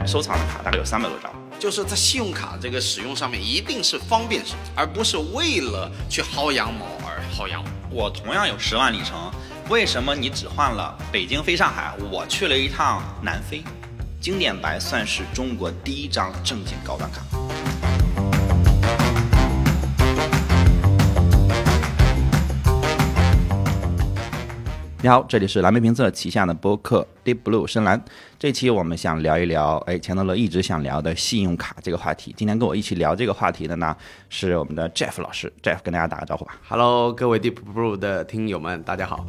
收藏的卡大概有300多张。 就是在信用卡这个使用上面，一定是方便使用，而不是为了去薅羊毛而薅羊毛。 我同样有10万里程，为什么你只换了北京飞上海，我去了一趟南非？经典白算是中国第一张正经高端卡。你好，这里是蓝莓评测旗下的播客 Deep Blue 深蓝。这期我们想聊一聊，钱德勒一直想聊的信用卡这个话题。今天跟我一起聊这个话题的呢，是我们的 Jeff 老师。Jeff 跟大家打个招呼吧。 Hello， 各位 Deep Blue 的听友们，大家好。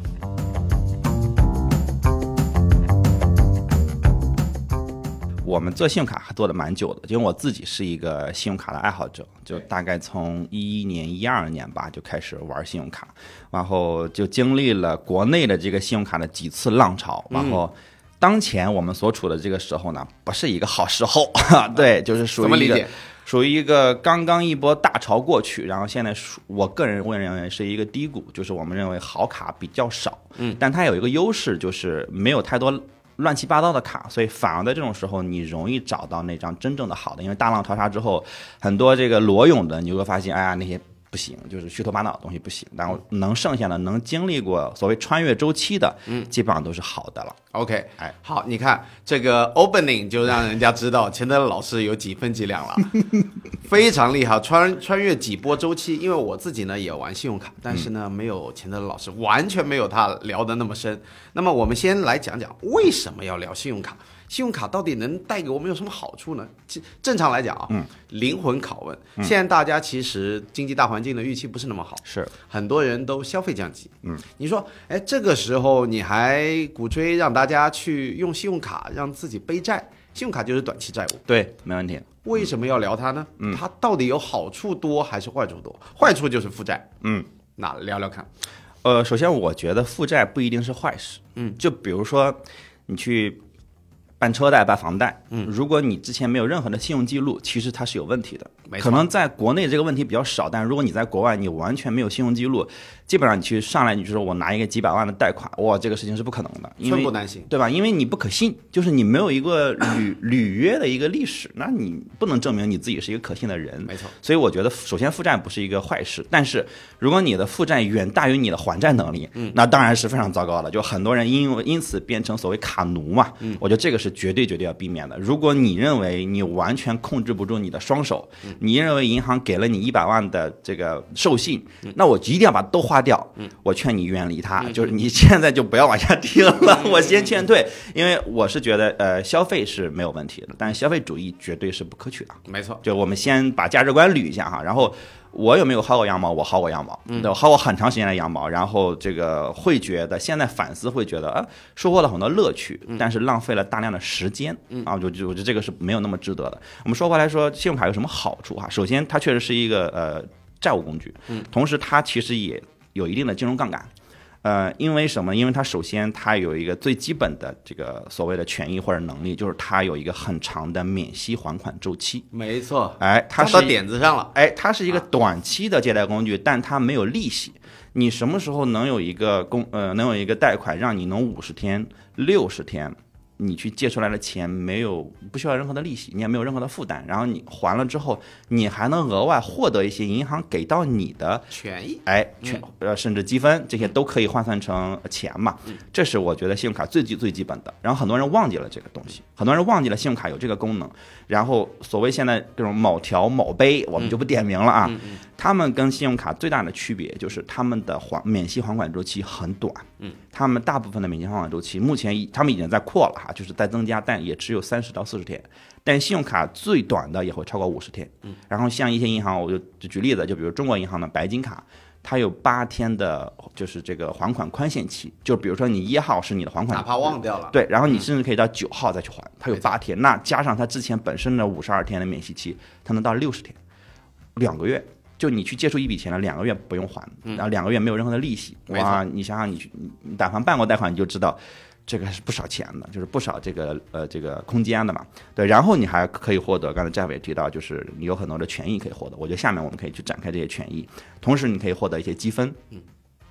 我们做信用卡还做的蛮久的，因为我自己是一个信用卡的爱好者，就大概从11年、12年吧就开始玩信用卡，然后就经历了国内的这个信用卡的几次浪潮，然后当前我们所处的这个时候呢，不是一个好时候，对，就是属于一个刚刚一波大潮过去，然后现在我个人认为是一个低谷，就是我们认为好卡比较少，但它有一个优势就是没有太多乱七八糟的卡，所以反而在这种时候你容易找到那张真正的好的，因为大浪淘沙之后，很多这个裸泳的你就会发现，哎呀那些不行，就是虚头巴脑的东西不行，然后能剩下的能经历过所谓穿越周期的，基本上都是好的了。 OK， 好，你看这个 opening 就让人家知道钱德勒老师有几分几两了，非常厉害，穿越几波周期。因为我自己呢也玩信用卡，但是呢没有钱德勒老师，完全没有他聊得那么深。那么我们先来讲讲为什么要聊信用卡。信用卡到底能带给我们有什么好处呢？正常来讲啊，灵魂拷问。现在大家其实经济大环境的预期不是那么好， 是很多人都消费降级。你说，这个时候你还鼓吹让大家去用信用卡让自己背债，信用卡就是短期债务。 对，没问题。 为什么要聊它呢？它到底有好处多还是坏处多？坏处就是负债。那聊聊看。 首先我觉得负债不一定是坏事。就比如说你去办车贷、办房贷，如果你之前没有任何的信用记录，其实它是有问题的。可能在国内这个问题比较少，但如果你在国外，你完全没有信用记录，基本上你去上来你就说我拿一个几百万的贷款，哇，这个事情是不可能的， 寸步难行， 对吧？因为你不可信，就是你没有一个履约的一个历史，那你不能证明你自己是一个可信的人。 没错。 所以我觉得，首先负债不是一个坏事，但是如果你的负债远大于你的还债能力，那当然是非常糟糕的。就很多人因此变成所谓卡奴嘛，我觉得这个是绝对要避免的。如果你认为你完全控制不住你的双手，你认为银行给了你100万的这个授信，那我一定要把都花掉。我劝你远离它，就是你现在就不要往下听了，我先劝退。因为我是觉得消费是没有问题的，但是消费主义绝对是不可取的。 没错， 就我们先把价值观捋一下哈，然后我有没有薅过羊毛？我薅过羊毛，我薅过很长时间的羊毛，然后这个会觉得现在反思会觉得收获了很多乐趣，但是浪费了大量的时间我觉得这个是没有那么值得的。我们说回来说信用卡有什么好处哈？首先它确实是一个债务工具，同时它其实也有一定的金融杠杆。因为什么？因为它首先它有一个最基本的这个所谓的权益或者能力，就是它有一个很长的免息还款周期。 没错， 它是到点子上了。 它是一个短期的借贷工具，但它没有利息。你什么时候能有一个贷款让你能50天、60天？你去借出来的钱不需要任何的利息，你也没有任何的负担，然后你还了之后，你还能额外获得一些银行给到你的权益， 甚至积分，这些都可以换算成钱嘛。这是我觉得信用卡最基本的。然后很多人忘记了这个东西，很多人忘记了信用卡有这个功能。然后所谓现在这种某条某杯，我们就不点名了啊。他们跟信用卡最大的区别就是他们的免息还款周期很短。他们大部分的免息还款周期目前他们已经在扩了哈，就是在增加，但也只有30到40天。但信用卡最短的也会超过50天。然后像一些银行，我就举例子，就比如中国银行的白金卡，它有8天的，就是这个还款宽限期。就比如说你1号是你的还款， 哪怕忘掉了， 对，然后你甚至可以到9号再去还，它有8天。那加上它之前本身的52天的免息期，它能到60天，2个月。就你去借出一笔钱了，2个月不用还，然后2个月没有任何的利息。哇，你想想，你但凡办过贷款，你就知道这个是不少钱的，就是不少这个空间的嘛。对，然后你还可以获得，刚才 Jeff 也提到，就是你有很多的权益可以获得。我觉得下面我们可以去展开这些权益，同时你可以获得一些积分。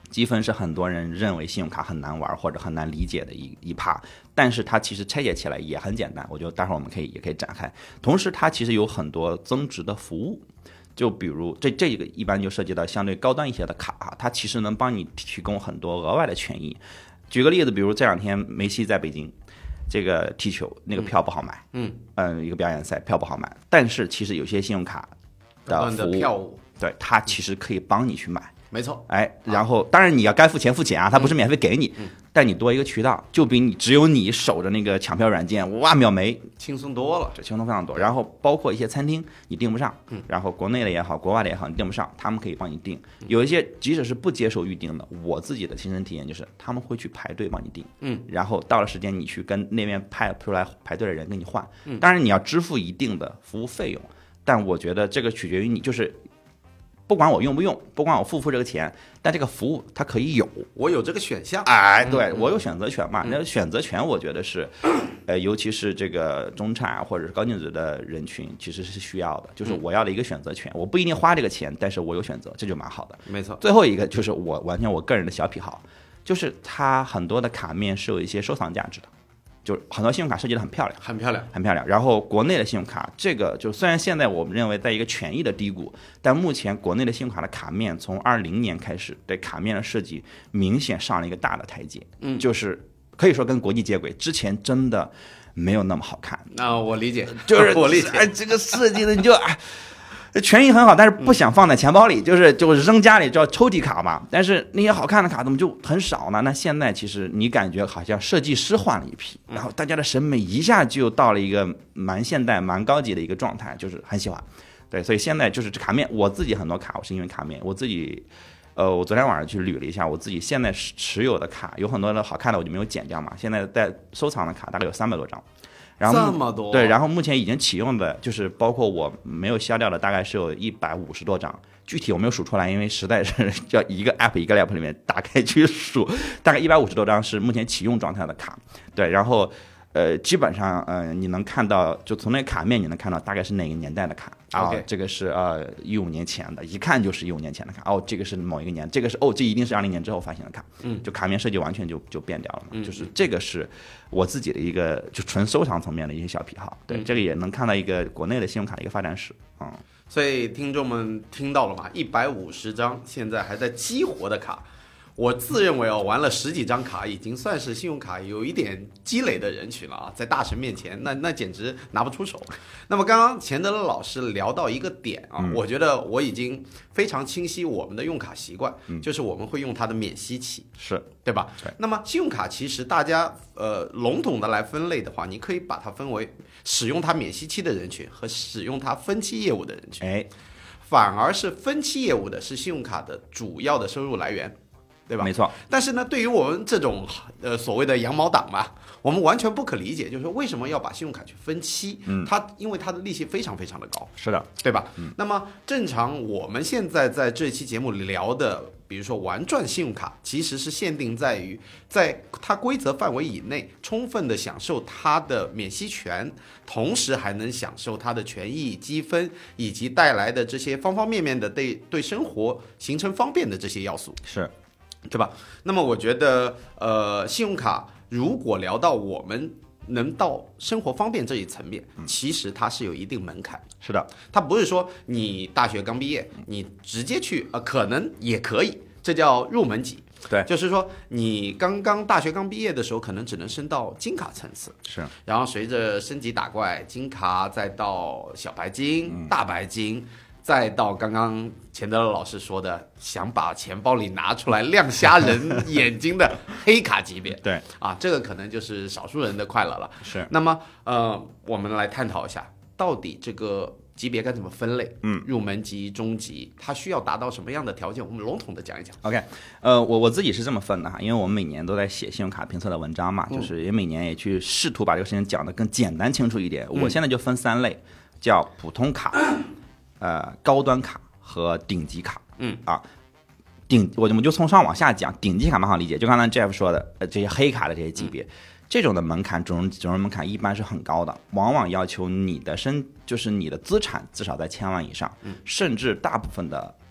积分是很多人认为信用卡很难玩或者很难理解的一趴，但是它其实拆解起来也很简单，我觉得待会儿我们也可以展开。同时，它其实有很多增值的服务，就比如这个一般就涉及到相对高端一些的卡啊，它其实能帮你提供很多额外的权益。举个例子，比如这2天梅西在北京这个踢球，那个票不好买，一个表演赛票不好买，但是其实有些信用卡的服务， 票务， 对，它其实可以帮你去买。 没错， 然后当然你要该付钱啊，它不是免费给你，但你多一个渠道，就比你只有你守着那个抢票软件，哇，秒没， 轻松多了， 这轻松非常多。然后包括一些餐厅你订不上，然后国内的也好，国外的也好，你订不上，他们可以帮你订。有一些即使是不接受预订的，我自己的亲身体验就是他们会去排队帮你订，然后到了时间你去跟那边派出来排队的人跟你换，当然你要支付一定的服务费用，但我觉得这个取决于你，就是不管我用不用，不管我付不付这个钱，但这个服务它可以有， 我有这个选项。 对，我有选择权嘛。那选择权，我觉得是，尤其是这个中产或者是高净值的人群，其实是需要的。就是我要的一个选择权，我不一定花这个钱，但是我有选择，这就蛮好的。 没错。 最后一个就是完全我个人的小癖好，就是它很多的卡面是有一些收藏价值的。就是很多信用卡设计的很漂亮， 很漂亮， 很漂亮。然后国内的信用卡，这个就虽然现在我们认为在一个权益的低谷，但目前国内的信用卡的卡面从20年开始对卡面的设计明显上了一个大的台阶，就是可以说跟国际接轨。之前真的没有那么好看。 那我理解， 就是我理解， 这个设计的你就权益很好，但是不想放在钱包里，就是扔家里叫抽屉卡嘛。但是那些好看的卡怎么就很少呢？那现在其实你感觉好像设计师换了一批，然后大家的审美一下就到了一个蛮现代、蛮高级的一个状态，就是很喜欢。对，所以现在就是这卡面，我自己很多卡我是因为卡面，我自己。我昨天晚上去捋了一下，我自己现在持有的卡有很多的好看的，我就没有剪掉嘛。现在在收藏的卡大概有300多张。然后这么多， 对，然后目前已经启用的，就是包括我没有消掉的，大概是有150多张，具体我没有数出来，因为实在是要一个 app 一个 app 里面打开去数，大概150多张是目前启用状态的卡，对，然后基本上你能看到，就从那个卡面你能看到大概是哪个年代的卡啊？这个是15年前的，一看就是15年前的卡。这个是某一个年，这个是这一定是20年之后发行的卡。就卡面设计完全就变掉了嘛。就是这个是我自己的一个就纯收藏层面的一些小癖好。对，这个也能看到一个国内的信用卡的一个发展史啊。 所以听众们听到了吗？150张现在还在激活的卡。我自认为玩了10几张卡，已经算是信用卡有一点积累的人群了啊，在大神面前，那简直拿不出手。那么刚刚钱德勒老师聊到一个点啊，我觉得我已经非常清晰我们的用卡习惯，就是我们会用它的免息期， 是对吧？ 对。 那么信用卡其实大家笼统的来分类的话，你可以把它分为使用它免息期的人群和使用它分期业务的人群。反而是分期业务的是信用卡的主要的收入来源。对吧？ 没错。 但是呢，对于我们这种所谓的羊毛党嘛，我们完全不可理解，就是说为什么要把信用卡去分期？因为它的利息非常非常的高。 是的， 对吧？那么正常我们现在在这期节目聊的，比如说玩转信用卡，其实是限定在于在它规则范围以内，充分的享受它的免息权，同时还能享受它的权益、积分以及带来的这些方方面面的对生活形成方便的这些要素。 是。 对吧？那么我觉得，信用卡如果聊到我们能到生活方便这一层面，其实它是有一定门槛。 是的， 它不是说你大学刚毕业，你直接去可能也可以，这叫入门级。 对， 就是说你大学刚毕业的时候，可能只能升到金卡层次， 是。 然后随着升级打怪，金卡再到小白金、大白金。再到刚刚钱德勒老师说的，想把钱包里拿出来亮瞎人眼睛的黑卡级别， 对啊，这个可能就是少数人的快乐了。 是。 那么我们来探讨一下，到底这个级别该怎么分类？入门级、中级，它需要达到什么样的条件？我们笼统的讲一讲。 OK， 我自己是这么分的哈，因为我们每年都在写信用卡评测的文章嘛，就是也每年也去试图把这个事情讲得更简单清楚一点。我现在就分3类，叫普通卡。高端卡和顶级卡，我们就从上往下讲，顶级卡蛮好理解，就刚才 Jeff 说的，这些黑卡的这些级别，这种的门槛，整容门槛一般是很高的，往往要求你的就是你的资产至少在1000万以上，甚至大部分的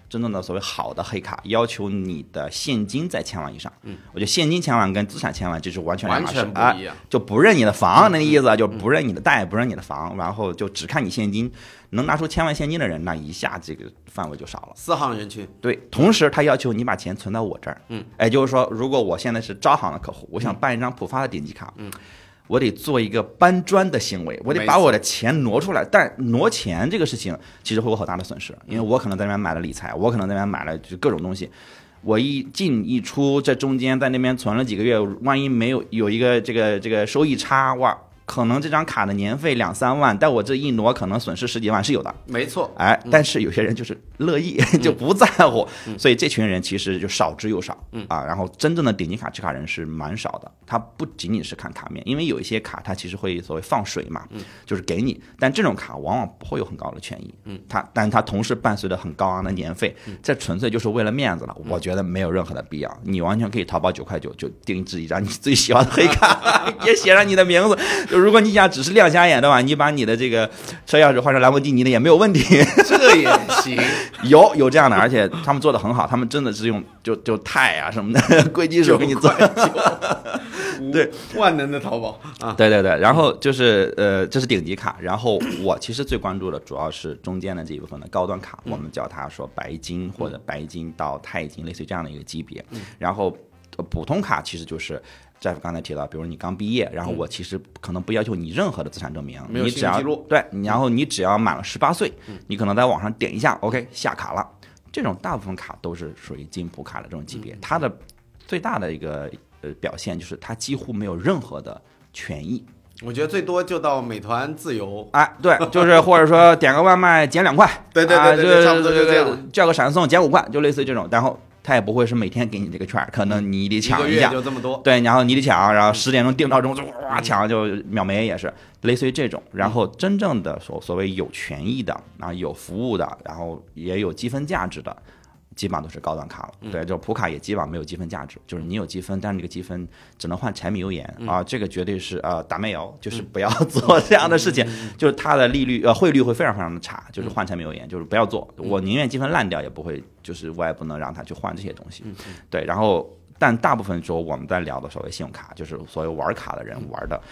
真正的所谓好的黑卡，要求你的现金在1000万以上。我觉得现金1000万跟资产1000万这是完全两码事， 完全不一样， 就不认你的房那个意思，就不认你的贷，不认你的房，然后就只看你现金，能拿出1000万现金的人，那一下这个范围就少了。 4行人群。 对，同时他要求你把钱存到我这儿。就是说，如果我现在是招行的客户，我想办一张浦发的顶级卡，我得做一个搬砖的行为，我得把我的钱挪出来。但挪钱这个事情其实会有很大的损失，因为我可能在那边买了理财，我可能在那边买了就各种东西，我一进一出，这中间在那边存了几个月，万一没有一个这个收益差，哇，可能这张卡的年费2-3万，但我这一挪可能损失10几万是有的。 没错， 但是有些人就是乐意，就不在乎，所以这群人其实就少之又少。然后真正的顶级卡持卡人是蛮少的，他不仅仅是看卡面，因为有一些卡它其实会所谓放水嘛，就是给你，但这种卡往往不会有很高的权益，但它同时伴随着很高昂的年费，这纯粹就是为了面子了，我觉得没有任何的必要。你完全可以淘宝9块9就定制一张你最喜欢的黑卡，也写上你的名字。就如果你想只是亮瞎眼的话，你把你的这个车钥匙换成兰博基尼的也没有问题， 这也行。 有这样的，而且他们做的很好，他们真的是用就钛啊什么的硅金属给你做，对， 万能的淘宝啊， 对，然后就是这是顶级卡，然后我其实最关注的主要是中间的这一部分的高端卡，我们叫它说白金或者白金到钛金，类似于这样的一个级别，然后普通卡其实就是Jeff 刚才提到，比如你刚毕业，然后我其实可能不要求你任何的资产证明， 没有信你只要用记录， 对，然后你只要满了18岁，你可能在网上点一下 ，OK 下卡了。这种大部分卡都是属于金普卡的这种级别，它的最大的一个表现就是它几乎没有任何的权益。 我觉得最多就到美团自由， 对，就是或者说点个外卖减2块， 对，差不多就这样， 叫个闪送减5块，就类似于这种，然后他也不会是每天给你这个券，可能你得抢一下，就这么多。 对，然后你得抢，然后10点钟定闹钟就哇抢就秒没，也是类似于这种。然后真正的所谓有权益的，然后有服务的，然后也有积分价值的，基本上都是高端卡了。对，就普卡也基本上没有积分价值，就是你有积分，但是这个积分只能换柴米油盐啊，这个绝对是打煤油，就是不要做这样的事情，就是它的利率汇率会非常非常的差，就是换柴米油盐，就是不要做。我宁愿积分烂掉也不会，就是我也不能让他去换这些东西。对，然后。但大部分时候我们在聊的所谓信用卡，就是所谓玩卡的人玩的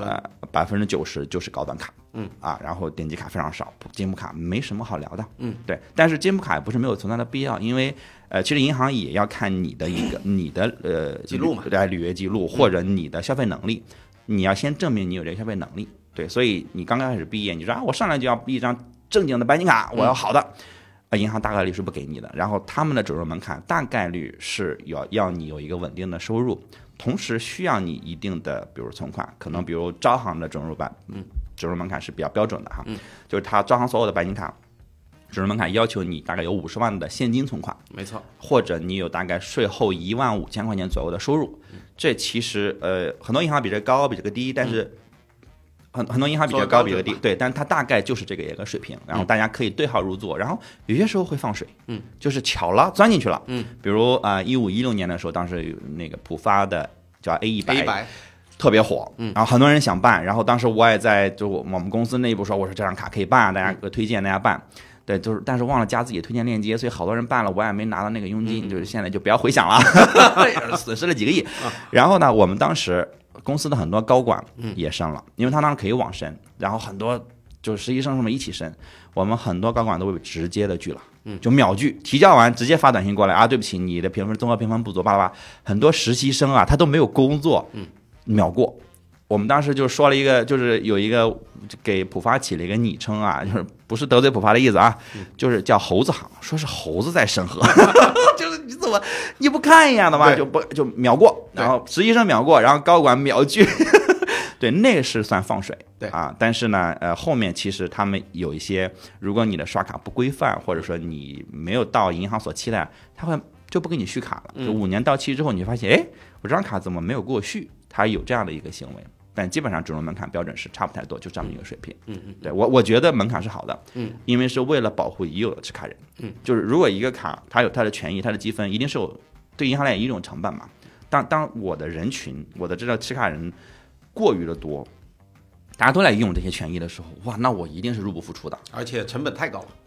，90%就是高端卡，然后顶级卡非常少，金普卡没什么好聊的，对。但是金普卡也不是没有存在的必要，因为其实银行也要看你的你的记录嘛， 履约记录或者你的消费能力，你要先证明你有这个消费能力，对。所以你刚开始毕业，你说我上来就要一张正经的白金卡，我要好的。银行大概率是不给你的，然后他们的准入门槛大概率是要你有一个稳定的收入，同时需要你一定的比如存款，可能比如招行的准入门槛是比较标准的哈，就是他招行所有的白金卡准入门槛要求你大概有50万的现金存款， 没错， 或者你有大概税后15000块钱左右的收入，这其实很多银行比这高比这个低，但是很多银行比较高比较低，对，但它大概就是这个一个水平，然后大家可以对号入座，然后有些时候会放水，就是巧了钻进去了，比如15-16年的时候，当时有那个浦发的叫 A100特别火，然后很多人想办，然后当时我也在就我们公司内部说，我说这张卡可以办，大家推荐大家办。对，就是但是忘了加自己推荐链接，所以好多人办了，我也没拿到那个佣金，就是现在就不要回想了，损失了几个亿。然后呢，我们当时公司的很多高管也申了，因为他当时可以网申，然后很多就是实习生什么一起申，我们很多高管都被直接的拒了，就秒拒，提交完直接发短信过来对不起，你的综合评分不足，巴拉巴拉。很多实习生他都没有工作，秒过。我们当时就说了一个，就是有一个给浦发起了一个昵称就是不是得罪浦发的意思就是叫猴子行，说是猴子在审核，就是你怎么你不看一眼的吗？就秒过，然后实习生秒过，然后高管秒拒，对，那个是算放水， 对但是呢，后面其实他们有一些，如果你的刷卡不规范，或者说你没有到银行所期待，他会就不给你续卡了，就5年到期之后，你会发现，我这张卡怎么没有给我续？他有这样的一个行为。但基本上准入门槛标准是差不太多，就这么一个水平。对我觉得门槛是好的，因为是为了保护已有的持卡人。就是如果一个卡它有它的权益，它的积分一定是有对银行来讲一种成本嘛。当我的人群，我的这个持卡人过于的多，大家都来用这些权益的时候，哇，那我一定是入不敷出的， 而且成本太高了。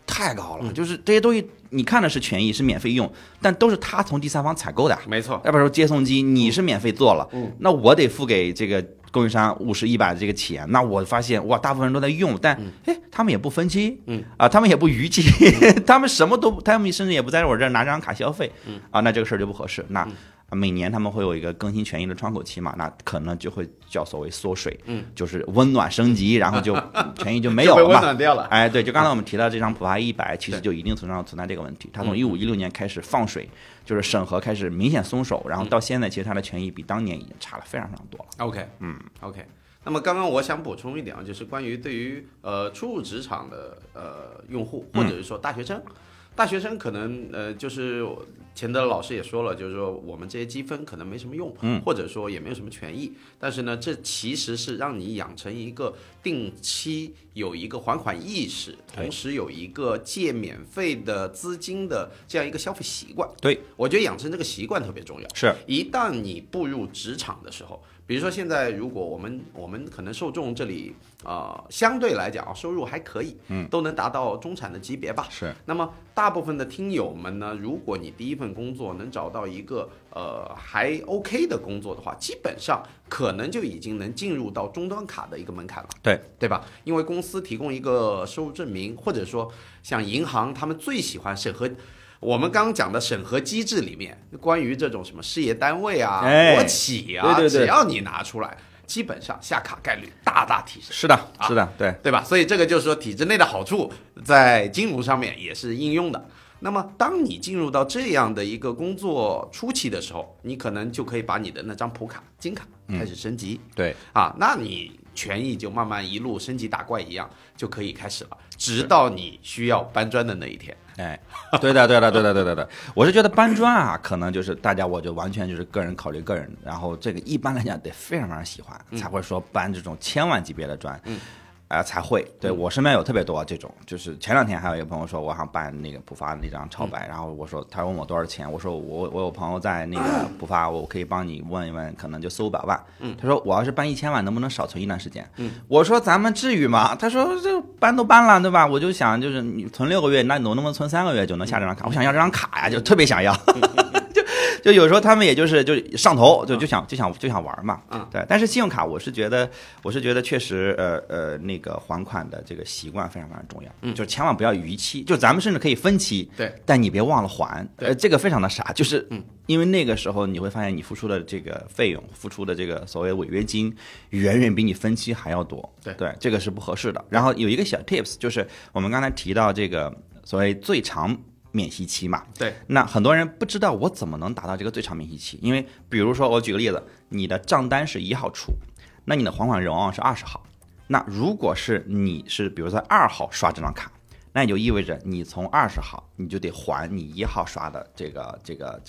太高了，就是这些东西你看的是权益是免费用，但都是他从第三方采购的， 没错。 要不然说接送机你是免费做了，那我得付给这个供应商50、100的这个钱，那我发现哇，大部分人都在用，但他们也不分期，他们也不逾期，他们什么都，他们甚至也不在我这儿拿这张卡消费，那这个事儿就不合适。那每年他们会有一个更新权益的窗口期嘛，那可能就会叫所谓缩水，就是温暖升级，然后就权益就没有了嘛， 就被温暖掉了。 哎，对，就刚才我们提到这张普发100，其实就一定程度上存在这个问题。它从15、16年开始放水，就是审核开始明显松手，然后到现在其实它的权益比当年已经差了非常非常多了。 OK。那么刚刚我想补充一点啊，就是关于对于初入职场的用户，或者是说大学生。大学生可能就是钱德老师也说了，就是说我们这些积分可能没什么用，或者说也没有什么权益，但是呢，这其实是让你养成一个定期有一个还款意识，同时有一个借免费的资金的这样一个消费习惯。 对， 我觉得养成这个习惯特别重要。 是， 一旦你步入职场的时候，比如说现在如果我们可能受众这里相对来讲收入还可以，都能达到中产的级别吧。 是。 那么大部分的听友们呢，如果你第一份工作能找到一个还 OK 的工作的话，基本上可能就已经能进入到终端卡的一个门槛了。对吧？因为公司提供一个收入证明，或者说像银行他们最喜欢审核。我们刚刚讲的审核机制里面，关于这种什么事业单位啊、国企啊， 对， 只要你拿出来，基本上下卡概率大大提升。 是的，是的， 对吧？所以这个就是说体制内的好处，在金融上面也是应用的。那么，当你进入到这样的一个工作初期的时候，你可能就可以把你的那张普卡、金卡开始升级。 对那你权益就慢慢一路升级打怪一样，就可以开始了，直到你需要搬砖的那一天。 对的，我是觉得搬砖啊，可能就是大家我就完全就是个人考虑个人，然后这个一般来讲得非常非常喜欢，才会说搬这种千万级别的砖。才会。对，我身边有特别多这种，就是前2天还有一个朋友说我想办那个浦发的那张超白，然后我说他问我多少钱，我说我有朋友在那个浦发，我可以帮你问一问，可能就400-500万。他说我要是办1000万，能不能少存一段时间？我说咱们至于吗？他说这搬都搬了，对吧？我就想就是你存6个月，那你能不能存3个月就能下这张卡？我想要这张卡呀，就特别想要。就有时候他们也就上头，就想玩嘛，对。但是信用卡，我是觉得确实那个还款的这个习惯非常非常重要，就千万不要逾期，就咱们甚至可以分期， 对， 但你别忘了还，这个非常的傻，就是因为那个时候你会发现你付出的这个费用，付出的这个所谓违约金，远远比你分期还要多，对，这个是不合适的。然后有一个小 tips， 就是我们刚才提到这个所谓最长免息期嘛， 对， 那很多人不知道我怎么能达到这个最长免息期，因为比如说我举个例子，你的账单是1号出，那你的还款日往往是20号，那如果是你是比如在2号刷这张卡，那也就意味着你从20号你就得还你1号刷的这个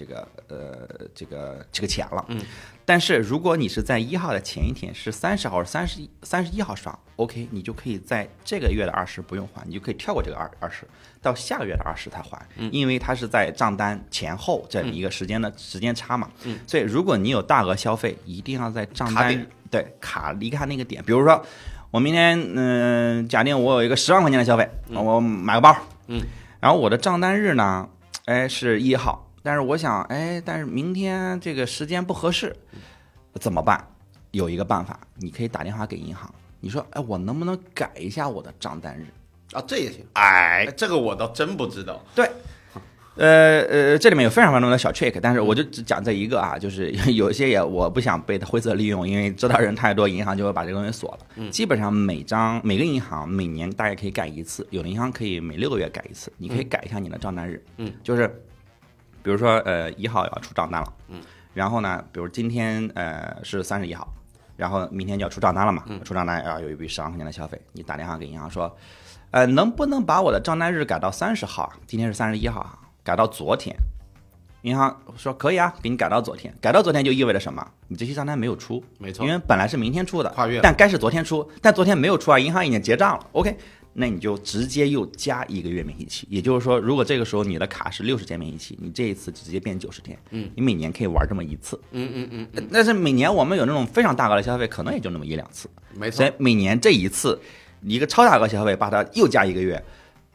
钱了，但是如果你是在1号的前一天是30号31号刷 ，OK， 你就可以在这个月的20不用还，你就可以跳过这个20到下个月的20才还，因为它是在账单前后这一个时间差嘛，所以如果你有大额消费，一定要在账单卡离开那个点，比如说我明天假定我有一个10万块钱的消费，我买个包，然后我的账单日呢，是1号，但是我想，但是明天这个时间不合适，怎么办？有一个办法，你可以打电话给银行，你说，我能不能改一下我的账单日？ 啊，这也行。这个我倒真不知道。 对，这里面有非常非常多的小 trick， 但是我就只讲这一个啊，就是有些也我不想被它灰色利用，因为知道人太多，银行就会把这个东西锁了。基本上每个银行每年大概可以改一次，有的银行可以每6个月改一次，你可以改一下你的账单日。就是比如说1号要出账单了，然后呢，比如今天是31号，然后明天就要出账单了嘛，出账单有一笔10万块钱的消费，你打电话给银行说，能不能把我的账单日改到30号啊？今天是31号，改到昨天。银行说可以啊，给你改到昨天。改到昨天就意味着什么？你这些账单没有出， 没错， 因为本来是明天出的， 跨越了， 但该是昨天出，但昨天没有出啊，银行已经结账了。OK， 那你就直接又加1个月免息期，也就是说，如果这个时候你的卡是60天免息期，你这一次直接变90天，你每年可以玩这么一次，但是每年我们有那种非常大额的消费，可能也就那么1-2次， 没错， 所以每年这一次一个超大额消费，把它又加1个月。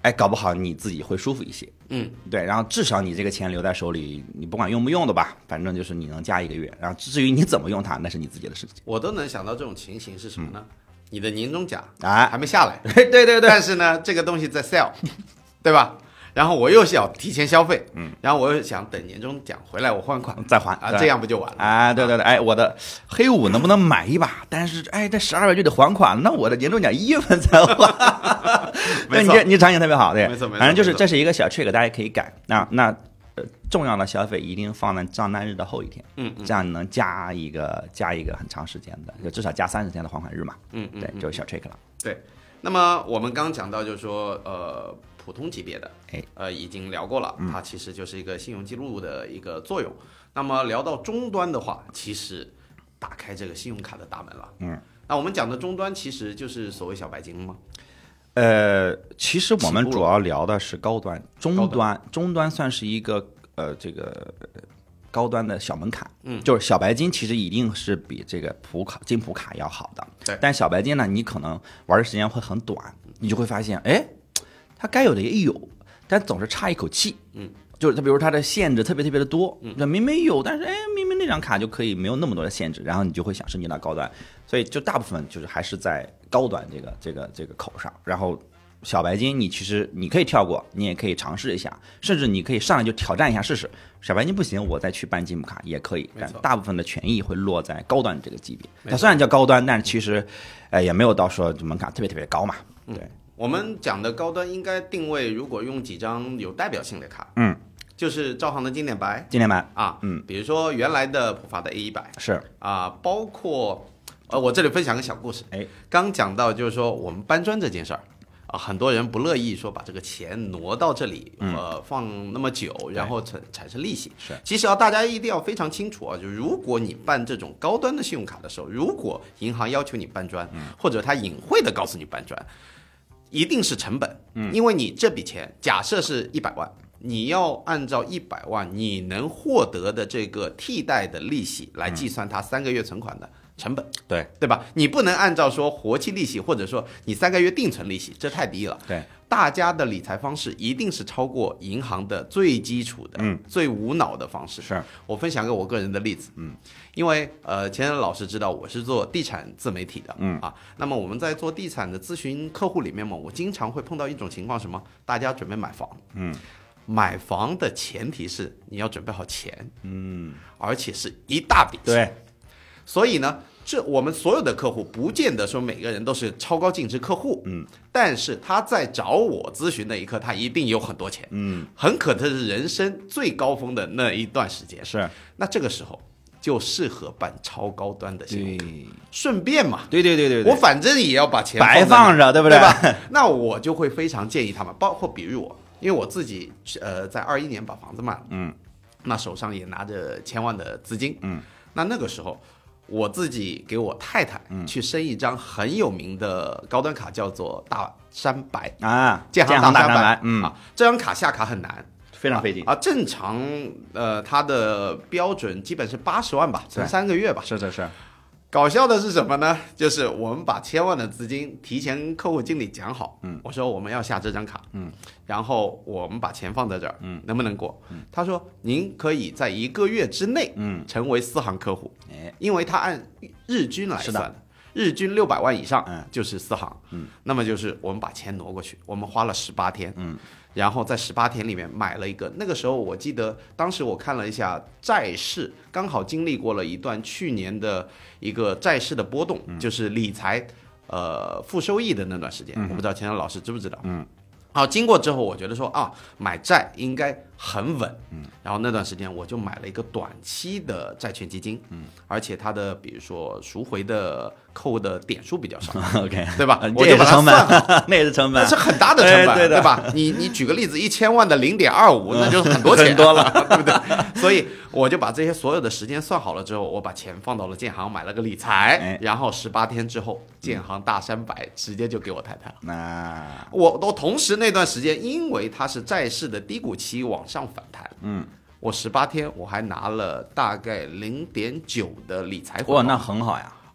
哎，搞不好你自己会舒服一些。对，然后至少你这个钱留在手里，你不管用不用的吧，反正就是你能加1个月。然后至于你怎么用它，那是你自己的事情。 我都能想到这种情形是什么呢？你的年终奖啊还没下来， 对， 但是呢，这个东西在 sale， 对吧？然后我又想提前消费，然后我又想等年终奖回来我还款再还啊，这样不就完了啊？对，哎，我的黑五能不能买一把？但是哎，这12月就得还款，那我的年终奖1月份才还。 没错， 你场景特别好，对， 没错， 反正就是这是一个小 trick， 大家可以改。那重要的消费一定放在账单日的后一天，这样你能加一个很长时间的，就至少加30天的还款日嘛，对，就是小 trick 了。 对，那么我们刚讲到就是说，普通级别的，已经聊过了，它其实就是一个信用记录的一个作用。那么聊到终端的话，其实打开这个信用卡的大门了。那我们讲的终端其实就是所谓小白金吗？ 其实我们主要聊的是高端，终端算是一个这个高端的小门槛，就是小白金其实一定是比这个金普卡要好的， 对。 但小白金呢，你可能玩的时间会很短，你就会发现，哎，它该有的也有，但总是差一口气，就是它比如它的限制特别的多，明明有，但是哎，明明那张卡就可以没有那么多的限制，然后你就会想升级到高端，所以就大部分就是还是在高端这个口上，然后小白金你其实你可以跳过，你也可以尝试一下，甚至你可以上来就挑战一下试试。小白金不行，我再去办金普卡也可以，但大部分的权益会落在高端这个级别。它虽然叫高端，但是其实也没有到说门槛特别高嘛。对， 我们讲的高端应该定位，如果用几张有代表性的卡，就是招行的经典白啊，比如说原来的浦发的 A100 是啊，包括我这里分享个小故事，刚讲到就是说我们搬砖这件事儿。很多人不乐意说把这个钱挪到这里，放那么久，然后产生利息。 是， 其实大家一定要非常清楚啊，就如果你办这种高端的信用卡的时候，如果银行要求你搬砖，或者他隐晦的告诉你搬砖，一定是成本，因为你这笔钱假设是100万，你要按照100万你能获得的这个替代的利息来计算它3个月存款的成本，对吧？你不能按照说活期利息，或者说你3个月定存利息，这太低了。 对， 大家的理财方式一定是超过银行的最基础的、最无脑的方式。 是我分享个我个人的例子，因为钱老师知道我是做地产自媒体的，那么我们在做地产的咨询客户里面嘛，我经常会碰到一种情况，什么？大家准备买房，买房的前提是你要准备好钱，而且是一大笔钱。 对。 所以呢，这我们所有的客户不见得说每个人都是超高净值客户，但是他在找我咨询那一刻，他一定有很多钱，很可能是人生最高峰的那一段时间。 是， 那这个时候就适合办超高端的信用卡，顺便嘛， 对， 我反正也要把钱白放着，对不对吧？那我就会非常建议他们，包括比如我，因为我自己在21年把房子卖了，那手上也拿着1000万的资金，那个时候。我自己给我太太去申一张很有名的高端卡，叫做大山白啊， 建行大山白， 这张卡下卡很难， 非常费劲啊。正常它的标准基本是80万吧，存3个月吧。 是。 搞笑的是什么呢？就是我们把1000万的资金提前客户经理讲好，我说我们要下这张卡，然后我们把钱放在这儿，能不能过？他说您可以在1个月之内，成为4行客户，因为他按日均来算的，日均600万以上就是4行，那么就是我们把钱挪过去，我们花了18天，然后在18天里面买了一个，那个时候我记得当时我看了一下债市，刚好经历过了一段去年的一个债市的波动，就是理财负收益的那段时间，我不知道钱老师知不知道？好，经过之后我觉得说买债应该很稳，然后那段时间我就买了一个短期的债券基金，而且它的比如说赎回的扣的点数比较少 ，OK， 对吧？我就把它算好， 那也是成本， 那是很大的成本， 对吧？你举个例子，1000万的0.25，那就是很多钱， 很多了， 对不对？所以我就把这些所有的时间算好了之后，我把钱放到了建行买了个理财，然后18天之后，建行大山白直接就给我太太了。我同时那段时间，因为它是债市的低谷期往上反弹，我18天我还拿了大概0.9的理财回报， 哇，那很好呀。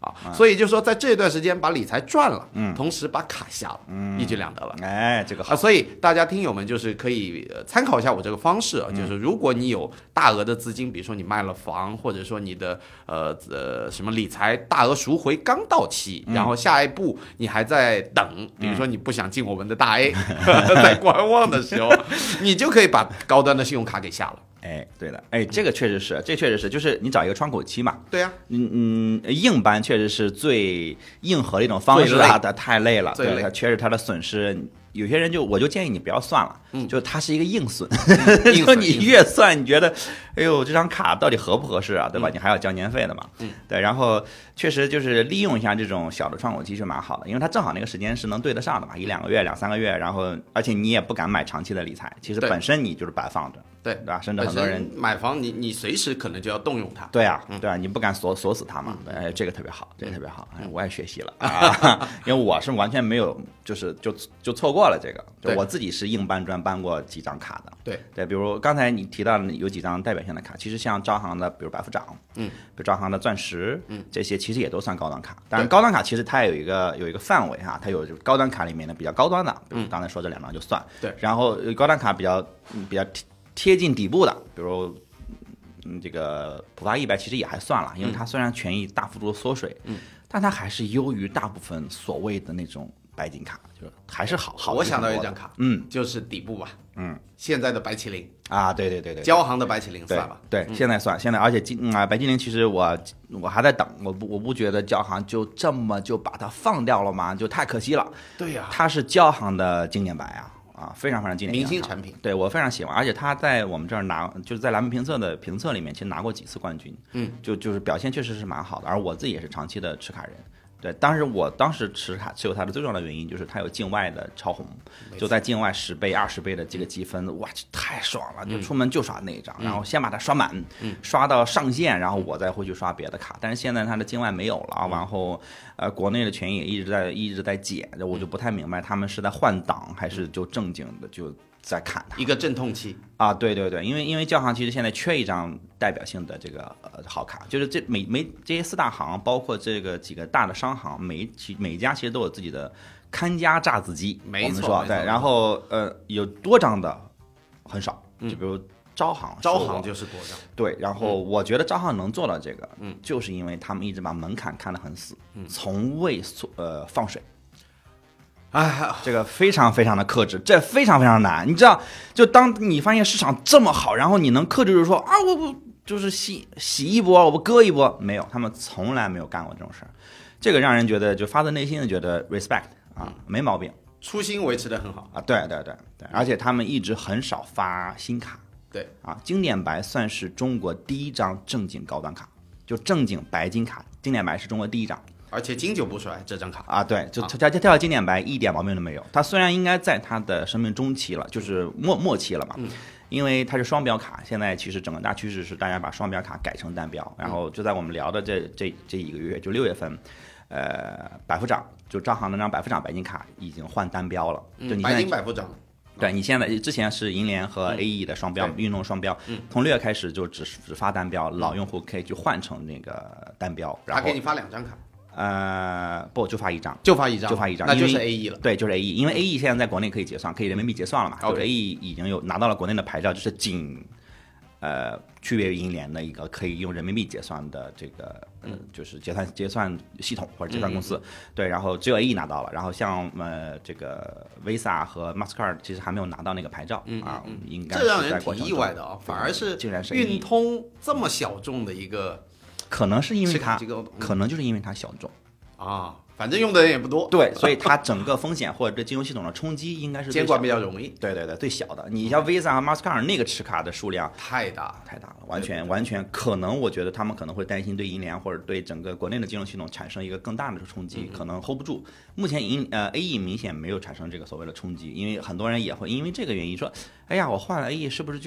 所以就说在这段时间把理财赚了，同时把卡下了，一举两得了。 哎，这个好。 所以大家听友们就是可以参考一下我这个方式啊，就是如果你有大额的资金，比如说你卖了房，或者说你的什么理财大额赎回刚到期，然后下一步你还在等，比如说你不想进我们的大 A，在观望的时候，你就可以把高端的信用卡给下了。 哎，对的，哎，这确实是，就是你找一个窗口期嘛。 对呀， 硬搬确实是最硬核的一种方式啊，它太累了，对，确实它的损失。有些人我就建议你不要算了，就它是一个硬损，就你越算，你觉得，哎呦，这张卡到底合不合适啊，对吧？你还要交年费的嘛，对，然后确实就是利用一下这种小的窗口期是蛮好的，因为它正好那个时间是能对得上的嘛，1-2个月、2-3个月，然后而且你也不敢买长期的理财，其实本身你就是摆放着。 对吧？甚至很多人买房你随时可能就要动用它。 对啊，对啊，你不敢锁死它嘛？哎，这个特别好，这个特别好，哎，我也学习了啊，因为我是完全没有，就错过了这个，就我自己是硬搬砖搬过几张卡的。对，比如刚才你提到的有几张代表性的卡，其实像招行的，比如百富长，比如招行的钻石，这些其实也都算高端卡。当然，高端卡其实它有一个范围哈，它有高端卡里面的比较高端的，比如刚才说这2张就算。 对， 然后高端卡比较贴近底部的，比如这个浦发100其实也还算了，因为它虽然权益大幅度缩水，但它还是优于大部分所谓的那种白金卡，就是还是好。 我想到一张卡，就是底部吧，现在的白麒麟啊，对， 交行的白麒麟算吧， 对，现在算，而且白麒麟其实我还在等，我不觉得交行就这么就把它放掉了吗？就太可惜了。 对呀， 它是交行的经典白啊，非常非常经典， 明星产品， 对我非常喜欢，而且他在我们这儿就是在蓝莓评测的评测里面，其实拿过几次冠军，就是表现确实是蛮好的，而我自己也是长期的持卡人，对，我当时持有它的最重要的原因就是它有境外的超红，就在境外10倍、20倍的这个积分，哇，太爽了，就出门就刷那一张，然后先把它刷满，刷到上限，然后我再回去刷别的卡，但是现在它的境外没有了，然后国内的权益也一直在减，我就不太明白他们是在换挡还是就正经的就在砍它， 一个阵痛期啊，对，因为交行其实现在缺一张代表性的这个好卡，就是这些4大行，包括这个几个大的商行，每一家其实都有自己的看家榨子机， 没错， 我们说对，然后有多张的很少，就比如招行就是多张， 对，然后我觉得招行能做到这个，就是因为他们一直把门槛看得很死，从未放水。哎，这个非常非常的克制，这非常非常难。你知道，就当你发现市场这么好，然后你能克制住说啊，我就是洗一波，我割一波，没有，他们从来没有干过这种事儿。这个让人觉得就发自内心的觉得 respect 啊，没毛病， 初心维持得很好啊，对，而且他们一直很少发新卡， 对啊，经典白算是中国第一张正经高端卡，就正经白金卡，经典白是中国第一张。 而且经久不衰，这张卡啊，对，就它跳经典白一点毛病都没有。它虽然应该在它的生命中期了，就是末期了嘛，因为它是双标卡，现在其实整个大趋势是大家把双标卡改成单标，然后就在我们聊的这一个月，就6月份，百富长就招行那张百富长白金卡已经换单标了，就你现在白金百富长。 对，你现在之前是银联和 AE 的双标，运动双标，从6月开始就只发单标，老用户可以去换成那个单标，然后他给你发2张卡。 不，就发一张， 那就是 AE 了。 对，就是 AE， 因为 AE 现在在国内可以结算，可以人民币结算了嘛。就是 AE 已经有拿到了国内的牌照，就是仅区别于银联的一个可以用人民币结算的这个就是结算系统或者结算公司。对，然后只有 AE 拿到了，然后像这个 Visa 和 Mastercard 其实还没有拿到那个牌照啊，应该是在过程中。 这让人挺意外的啊，反而是运通这么小众的一个。 可能是因为它，可能就是因为它小众啊，反正用的人也不多， 对，所以它整个风险或者对金融系统的冲击应该是监管比较容易， 对，最小的。你像 Visa 和 Mastercard 那个持卡的数量太大了，完全可能，我觉得他们可能会担心对银联或者对整个国内的金融系统产生一个更大的冲击，可能 hold 不住。目前AE 明显没有产生这个所谓的冲击，因为很多人也会因为这个原因说，哎呀，我换了 AE 是不是就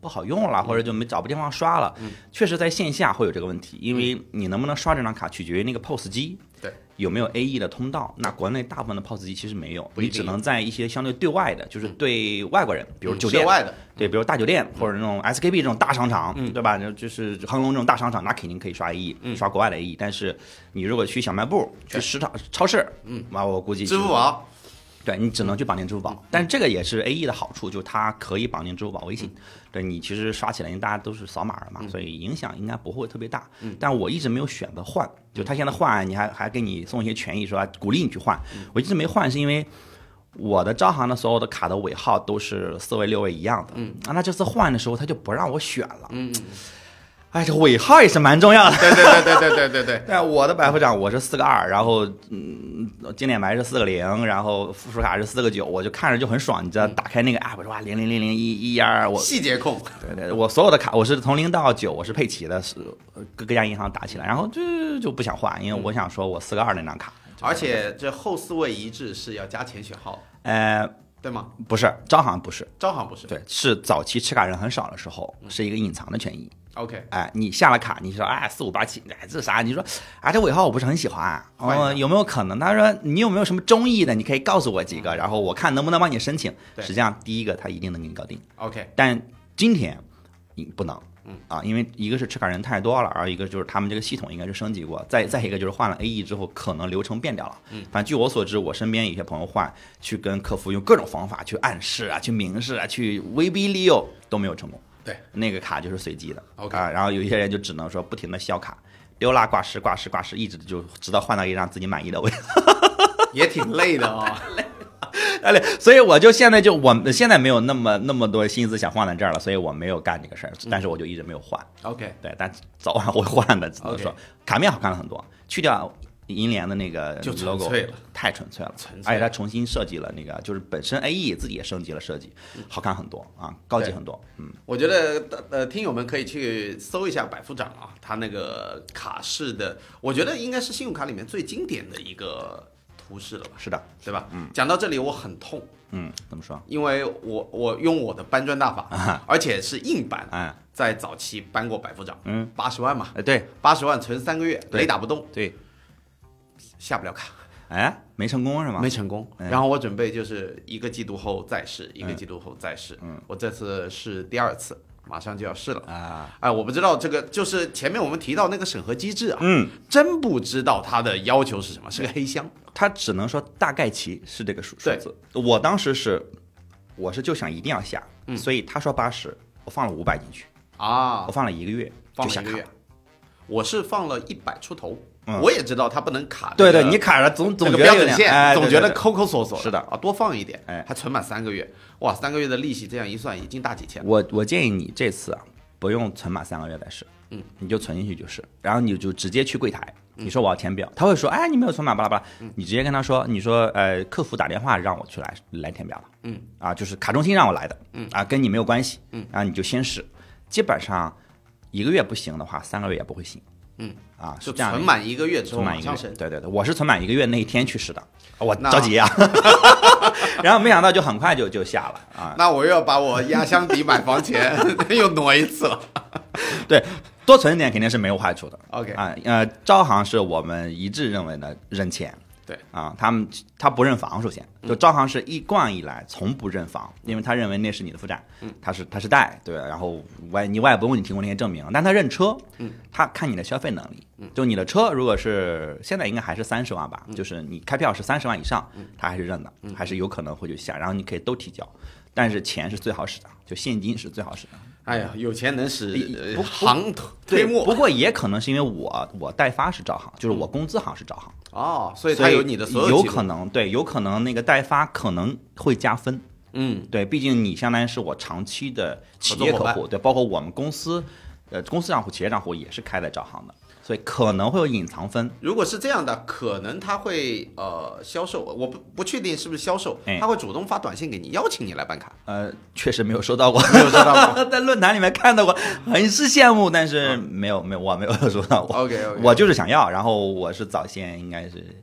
不好用了，或者就找不地方刷了。确实在线下会有这个问题，因为你能不能刷这张卡取决于那个 POS 机。 对， 有没有 AE 的通道？那国内大部分的 POS 机其实没有， 不一定你只能在一些相对对外的，就是对外国人，比如酒店涉外的， 对，比如大酒店或者那种 SKP 这种大商场，对吧？就是恒隆这种大商场，那肯定可以刷 AE，刷国外的 AE。但是你如果去小卖部、去市场、超市，那我估计支付宝。 对，你只能去绑定支付宝，但这个也是 AE 的好处，就是它可以绑定支付宝、微信。对，你其实刷起来，因为大家都是扫码的嘛，所以影响应该不会特别大。但我一直没有选择换，就他现在换，你还给你送一些权益，说鼓励你去换。我一直没换，是因为我的招行的所有的卡的尾号都是4位、6位一样的。那这次换的时候，他就不让我选了。哎，这尾号也是蛮重要的。 对。 对，我的百付长我是4个2，然后经典白是4个0，然后附属卡是4个9，我就看着就很爽。你知道，打开那个 app 说哇0000112，我细节控。 对，我所有的卡我是从0到9，我是配齐的，是各家银行打起来，然后就不想换，因为我想说我4个2那张卡。 而且这后4位一致是要加钱选号。对吗？ 不是，招行不是， 招行不是。 对，是早期持卡人很少的时候，是一个隐藏的权益。 OK， 哎，你下了卡，你说4587，哎，这啥？你说这尾号我不是很喜欢，有没有可能？他说你有没有什么中意的？你可以告诉我几个，然后我看能不能帮你申请。实际上，第一个他一定能给你搞定。 OK， 但今天你不能。因为一个是持卡人太多了，而一个就是他们这个系统应该是升级过，再一个就是换了 AE 之后，可能流程变掉了。反正据我所知，我身边有些朋友换，去跟客服用各种方法去暗示啊，去明示啊，去威逼利诱都没有成功。 对， 那个卡就是随机的。 OK， 然后有一些人就只能说不停的消卡，丢啦挂失，一直就直到换到一张自己满意的位， 也挺累的哦。 所以我就现在我现在没有那么多心思想换在这儿了，所以我没有干这个事儿，但是我就一直没有换。 OK， 对，但早晚会换的，只能说卡面好看了很多，去掉银联的那个 logo 太纯粹了，而且它重新设计了那个，就是本身 AE 自己也升级了设计，好看很多啊，高级很多。 我觉得听友们可以去搜一下百付长啊，他那个卡式的，我觉得应该是信用卡里面最经典的一个图示了吧？ 是的， 对吧？讲到这里我很痛。 怎么说？ 因为我用我的搬砖大法，而且是硬搬，在早期搬过百付长，80万嘛， 对 ，80万存3个月，雷打不动， 对， 下不了卡， 没成功是吗？ 没成功。然后我准备就是1个季度后再试，1个季度后再试，我这次是第2次。马上就要试了我不知道这个就是前面我们提到那个审核机制啊，真不知道它的要求是什么，是个黑箱， 它只能说大概其是这个数字。我当时我就想一定要下，所以他说80，我放了500进去我放了1个月， 放了1个月，我是放了100出头。 嗯， 我也知道它不能卡， 对对，你卡了总觉得标准线， 哎， 总觉得抠抠索索。 是的啊，多放一点， 哎， 还存满3个月，哇，3个月的利息这样一算，已经大几千了。 我建议你这次啊，不用存满3个月再试，你就存进去就是，然后你就直接去柜台，你说我要填表，他会说，哎，你没有存满，巴拉巴拉，你直接跟他说，你说客服打电话让我去来填表了，就是卡中心让我来的，跟你没有关系，然后你就先试，基本上1个月不行的话，3个月也不会行。 就存满1个月之后马上升。 对对对，我是存满1个月那一天去试的，我着急啊，然后没想到就很快就下了啊。 那我又要把我压箱底买房钱又挪一次了。 对，多存一点肯定是没有坏处的。 OK 招行是我们一致认为的认钱。 对他不认房，首先就招行是一贯以来从不认房，因为他认为那是你的负债，他是贷，对，然后你也不用你提供那些证明，但他认车，他看你的消费能力，就你的车如果是现在应该还是30万吧，就是你开票是30万以上，他还是认的，还是有可能会去下，然后你可以都提交，但是钱是最好使的，就现金是最好使的。 哎呀，有钱能使行推磨。 不过也可能是因为我代发是招行，就是我工资行是招行， 所以他有你的所有有可能对，有可能那个代发可能会加分，对，毕竟你相当于是我长期的企业客户，对，包括我们公司公司账户、企业账户也是开在招行的。所以可能会有隐藏分。 如果是这样的，可能他会销售，我不确定是不是销售，他会主动发短信给你，邀请你来办卡。 确实没有收到过， 没有收到过， 在论坛里面看到过，很是羡慕，但是没有，我没有收到过。 OK， 我就是想要，然后我是早先应该是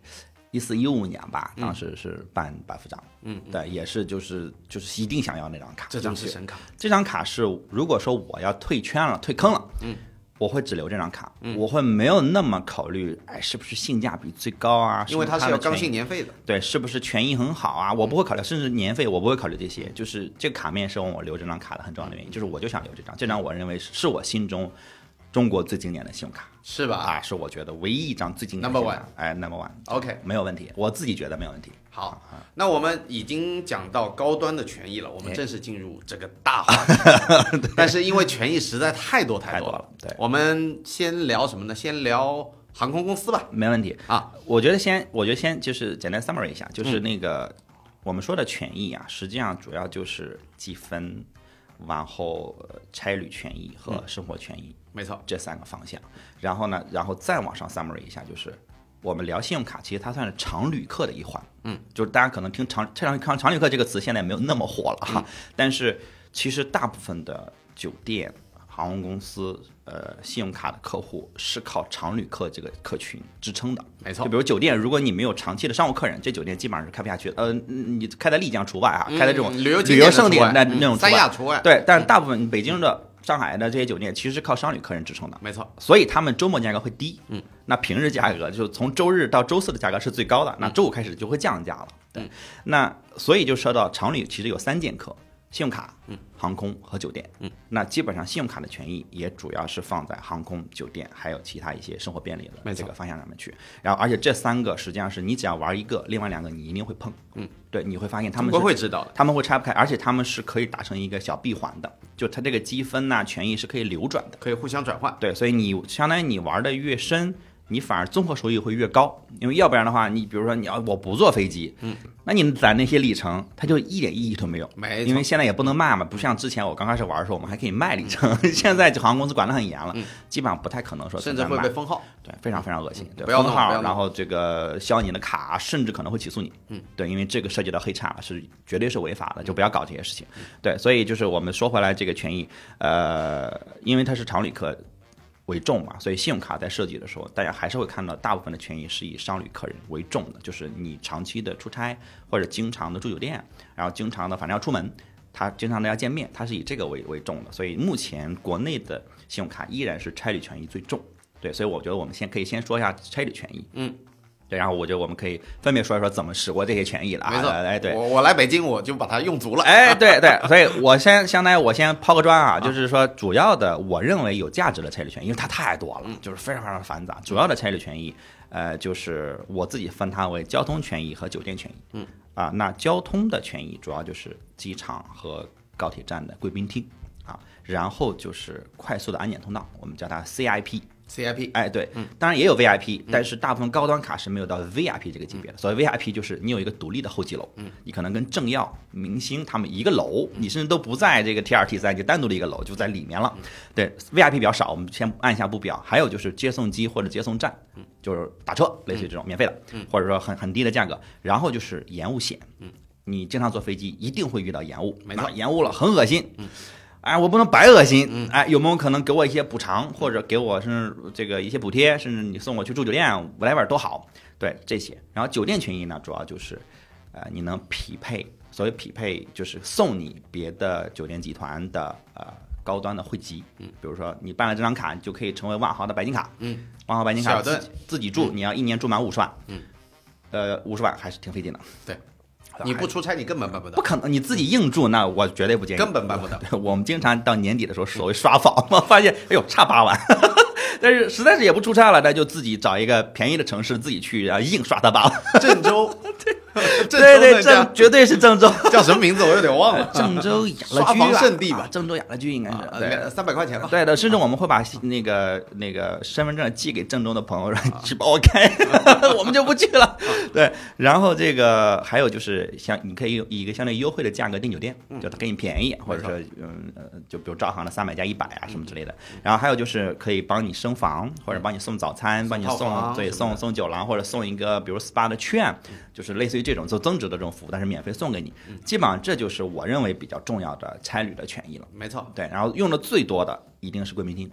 14、15年吧，当时是办副长，对，也是就是一定想要那张卡。 这张是神卡， 这张卡是如果说我要退圈了、退坑了，我会只留这张卡，我会没有那么考虑，是不是性价比最高啊？ 因为它是要刚性年费的， 对，是不是权益很好啊？我不会考虑，甚至年费我不会考虑这些，就是这个卡面是我留这张卡的很重要的原因，就是我就想留这张，我认为是我心中中国最经典的信用卡， 是吧？ 是我觉得唯一一张最经典的 Number one， Number one，OK， 没有问题，我自己觉得没有问题。 好，那我们已经讲到高端的权益了，我们正式进入这个大话题。但是因为权益实在太多了， 对， 我们先聊什么呢？先聊航空公司吧。 没问题啊。 我觉得先就是简单 summary 一下，就是那个我们说的权益啊，实际上主要就是积分，然后差旅权益和生活权益， 没错， 这3个方向。然后再往上 summary 一下，就是我们聊信用卡，其实它算是常旅客的一环。就是大家可能听常旅客这个词现在没有那么火了哈，但是其实大部分的酒店、航空公司、信用卡的客户是靠常旅客这个客群支撑的。 没错， 就比如酒店，如果你没有长期的商务客人，这酒店基本上是开不下去的。你开在丽江除外啊，开在这种旅游胜点那种三亚除外。 对，但是大部分北京的、上海的这些酒店其实是靠商旅客人支撑的。 没错， 所以他们周末价格会低。那平日价格就从周日到周四的价格是最高的，那周五开始就会降价了。对，那所以就说到常旅其实有3剑客。信用卡、航空和酒店，那基本上信用卡的权益也主要是放在航空、酒店，还有其他一些生活便利的这个方向上面去。然后，而且这3个实际上是你只要玩一个，另外2个你一定会碰。对，你会发现他们会知道的， 他们会拆不开，而且他们是可以达成一个小闭环的，就它这个积分呐、权益是可以流转的， 可以互相转换。 对，所以你相当于你玩的越深，你反而综合收益会越高，因为要不然的话，你比如说我不坐飞机，那你攒那些里程，它就一点意义都没有。 没错， 因为现在也不能卖嘛，不像之前我刚开始玩的时候，我们还可以卖里程，现在航空公司管得很严了，基本上不太可能说甚至会被封号， 对，非常非常恶心，对， 不要封号，然后这个销你的卡，甚至可能会起诉你，对，因为这个涉及到黑产了，是绝对是违法的，就不要搞这些事情，对，所以就是我们说回来这个权益，因为它是常旅客为重嘛，所以信用卡在设计的时候，大家还是会看到大部分的权益是以商旅客人为重的，就是你长期的出差或者经常的住酒店，然后经常的反正要出门，他经常的要见面，他是以这个为重的，所以目前国内的信用卡依然是差旅权益最重。对，所以我觉得我们可以先说一下差旅权益。对，然后我觉得我们可以分别说一说怎么使过这些权益了啊。 没错， 哎，对， 我来北京我就把它用足了。 哎，对，所以我先抛个砖啊，就是说主要的我认为有价值的差旅权益，因为它太多了，就是非常非常繁杂。主要的差旅权益，就是我自己分它为交通权益和酒店权益。那交通的权益主要就是机场和高铁站的贵宾厅啊，然后就是快速的安检通道，我们叫它 CIP。哎，对，当然也有 VIP，但是大部分高端卡是没有到 VIP 这个级别的。所谓 VIP 就是你有一个独立的候机楼，你可能跟政要、明星他们一个楼，你甚至都不在这个 T2、T3，就单独的一个楼就在里面了。对 VIP 比较少，我们先按下不表。还有就是接送机或者接送站，就是打车，类似于这种免费的，或者说很低的价格。然后就是延误险，你经常坐飞机一定会遇到延误， 没错， 延误了很恶心。哎，我不能白恶心，哎，有没有可能给我一些补偿，或者给我甚至这个一些补贴，甚至你送我去住酒店 whatever 都好，对这些。然后酒店权益呢，主要就是你能匹配，所谓匹配就是送你别的酒店集团的高端的会籍，比如说你办了这张卡，你就可以成为万豪的白金卡，万豪白金卡自己住，你要1年住满50万，50万还是挺费劲的， 对。你不出差，你根本办不到， 不可能。你自己硬住，那我绝对不建议， 根本办不到。 我们经常到年底的时候，所谓刷房嘛，发现哎呦差8万，但是实在是也不出差了，那就自己找一个便宜的城市自己去，然后硬刷它8万。 郑州， 对，绝对是郑州， 叫什么名字我有点忘了。 郑州养乐居刷房圣地吧， 郑州养乐居应该是对 300块钱吧。 对的，甚至我们会把那个身份证寄给郑州的朋友，让你去帮我开，我们就不去了。对，然后这个还有就是像你可以以一个相对优惠的价格订酒店，就他给你便宜，或者说就比如招行的300加100啊什么之类的。然后还有就是可以帮你升房，或者帮你送早餐，帮你送酒廊，或者送一个比如 SPA 的券，就是类似于这种做增值的这种服务，但是免费送给你。基本上这就是我认为比较重要的差旅的权益了。 没错， 对，然后用的最多的一定是贵宾厅。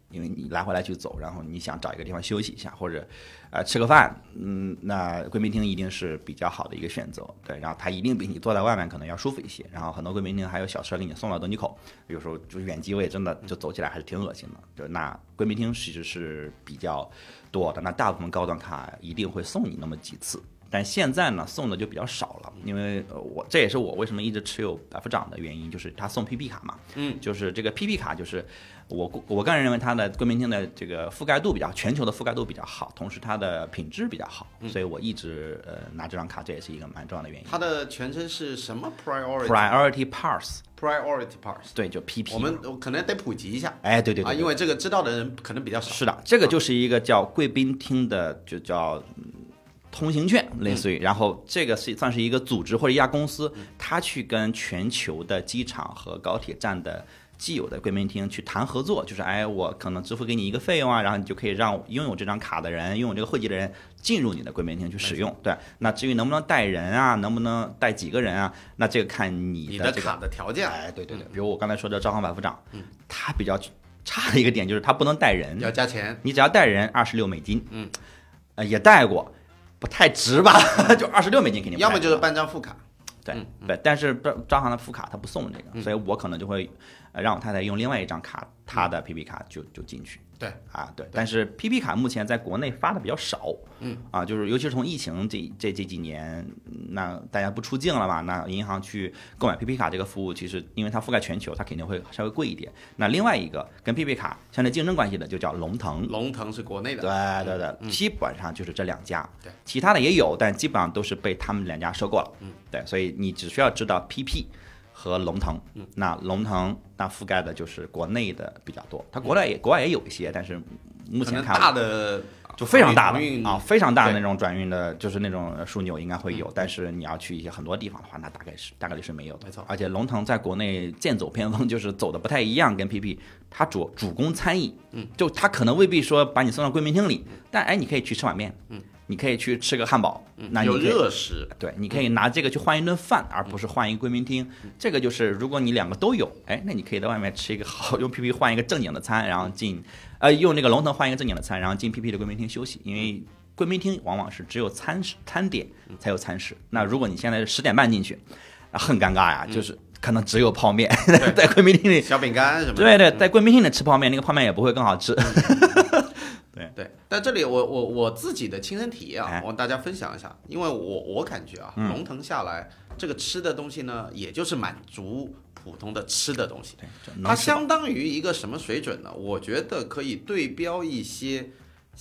因为你来回来去走，然后你想找一个地方休息一下，或者吃个饭，那贵宾厅一定是比较好的一个选择。对，然后它一定比你坐在外面可能要舒服一些。然后很多贵宾厅还有小车给你送到登机口，有时候就远机位真的就走起来还是挺恶心的。就那贵宾厅其实是比较多的，那大部分高端卡一定会送你那么几次。但现在呢，送的就比较少了，因为这也是我为什么一直持有百夫长的原因，就是它送 PP 卡嘛，就是这个 PP 卡，就是我个人认为它的贵宾厅的这个覆盖度比较，全球的覆盖度比较好，同时它的品质比较好，所以我一直拿这张卡，这也是一个蛮重要的原因。 它的全称是什么 ？Priority Pass。Priority Pass， 对，就 PP。 我们可能得普及一下。 哎，对， 因为这个知道的人可能比较少。 是的，这个就是一个叫贵宾厅的，就叫通行券，类似于，然后这个算是一个组织或者一家公司，它去跟全球的机场和高铁站的既有的贵宾厅去谈合作，就是我可能支付给你一个费用啊，然后你就可以让拥有这张卡的人、拥有这个会籍的人进入你的贵宾厅去使用。对，那至于能不能带人啊，能不能带几个人啊，那这个看你的卡的条件。 哎，对，比如我刚才说的招行百夫长，他比较差的一个点就是他不能带人， 要加钱， 你只要带人$26，也带过。不太值吧？就$26肯定不太值， 要么就是办张副卡。 对，但是招行的副卡他不送这个，所以我可能就会让我太太用另外一张卡，她的 PP 卡就进去。 对， 但是 PP 卡目前在国内发的比较少，就是尤其是从疫情这几年，那大家不出境了嘛，那银行去购买 PP 卡这个服务，其实因为它覆盖全球，它肯定会稍微贵一点。那另外一个跟 PP 卡相对竞争关系的就叫龙腾， 龙腾是国内的， 对，基本上就是这两家， 对， 其他的也有，但基本上都是被他们两家收购了，对，所以你只需要知道 PP。和龙腾，那龙腾那覆盖的就是国内的比较多，它国外也有一些，但是目前看大的就非常大的非常大的那种转运的，就是那种枢纽应该会有，但是你要去一些很多地方的话，那大概率是没有的。 没错， 而且龙腾在国内剑走偏锋，就是走的不太一样，跟 PP 它主攻餐饮，就它可能未必说把你送到贵宾厅里，但你可以去吃碗面，你可以去吃个汉堡，那有热食， 对，你可以拿这个去换一顿饭，而不是换一个贵宾厅。这个就是如果你两个都有，那你可以在外面吃一个好，用 PP 换一个正经的餐，然后用这个龙腾换一个正经的餐，然后进 PP 的贵宾厅休息。因为贵宾厅往往是只有餐点才有餐食，那如果你现在10点半进去，很尴尬呀，就是可能只有泡面，在贵宾厅里小饼干什么的。 对，在贵宾厅里吃泡面，那个泡面也不会更好吃。 对，但这里我自己的亲身体验我跟大家分享一下，因为我感觉龙腾下来这个吃的东西呢，也就是满足普通的吃的东西，它相当于一个什么水准呢？我觉得可以对标一些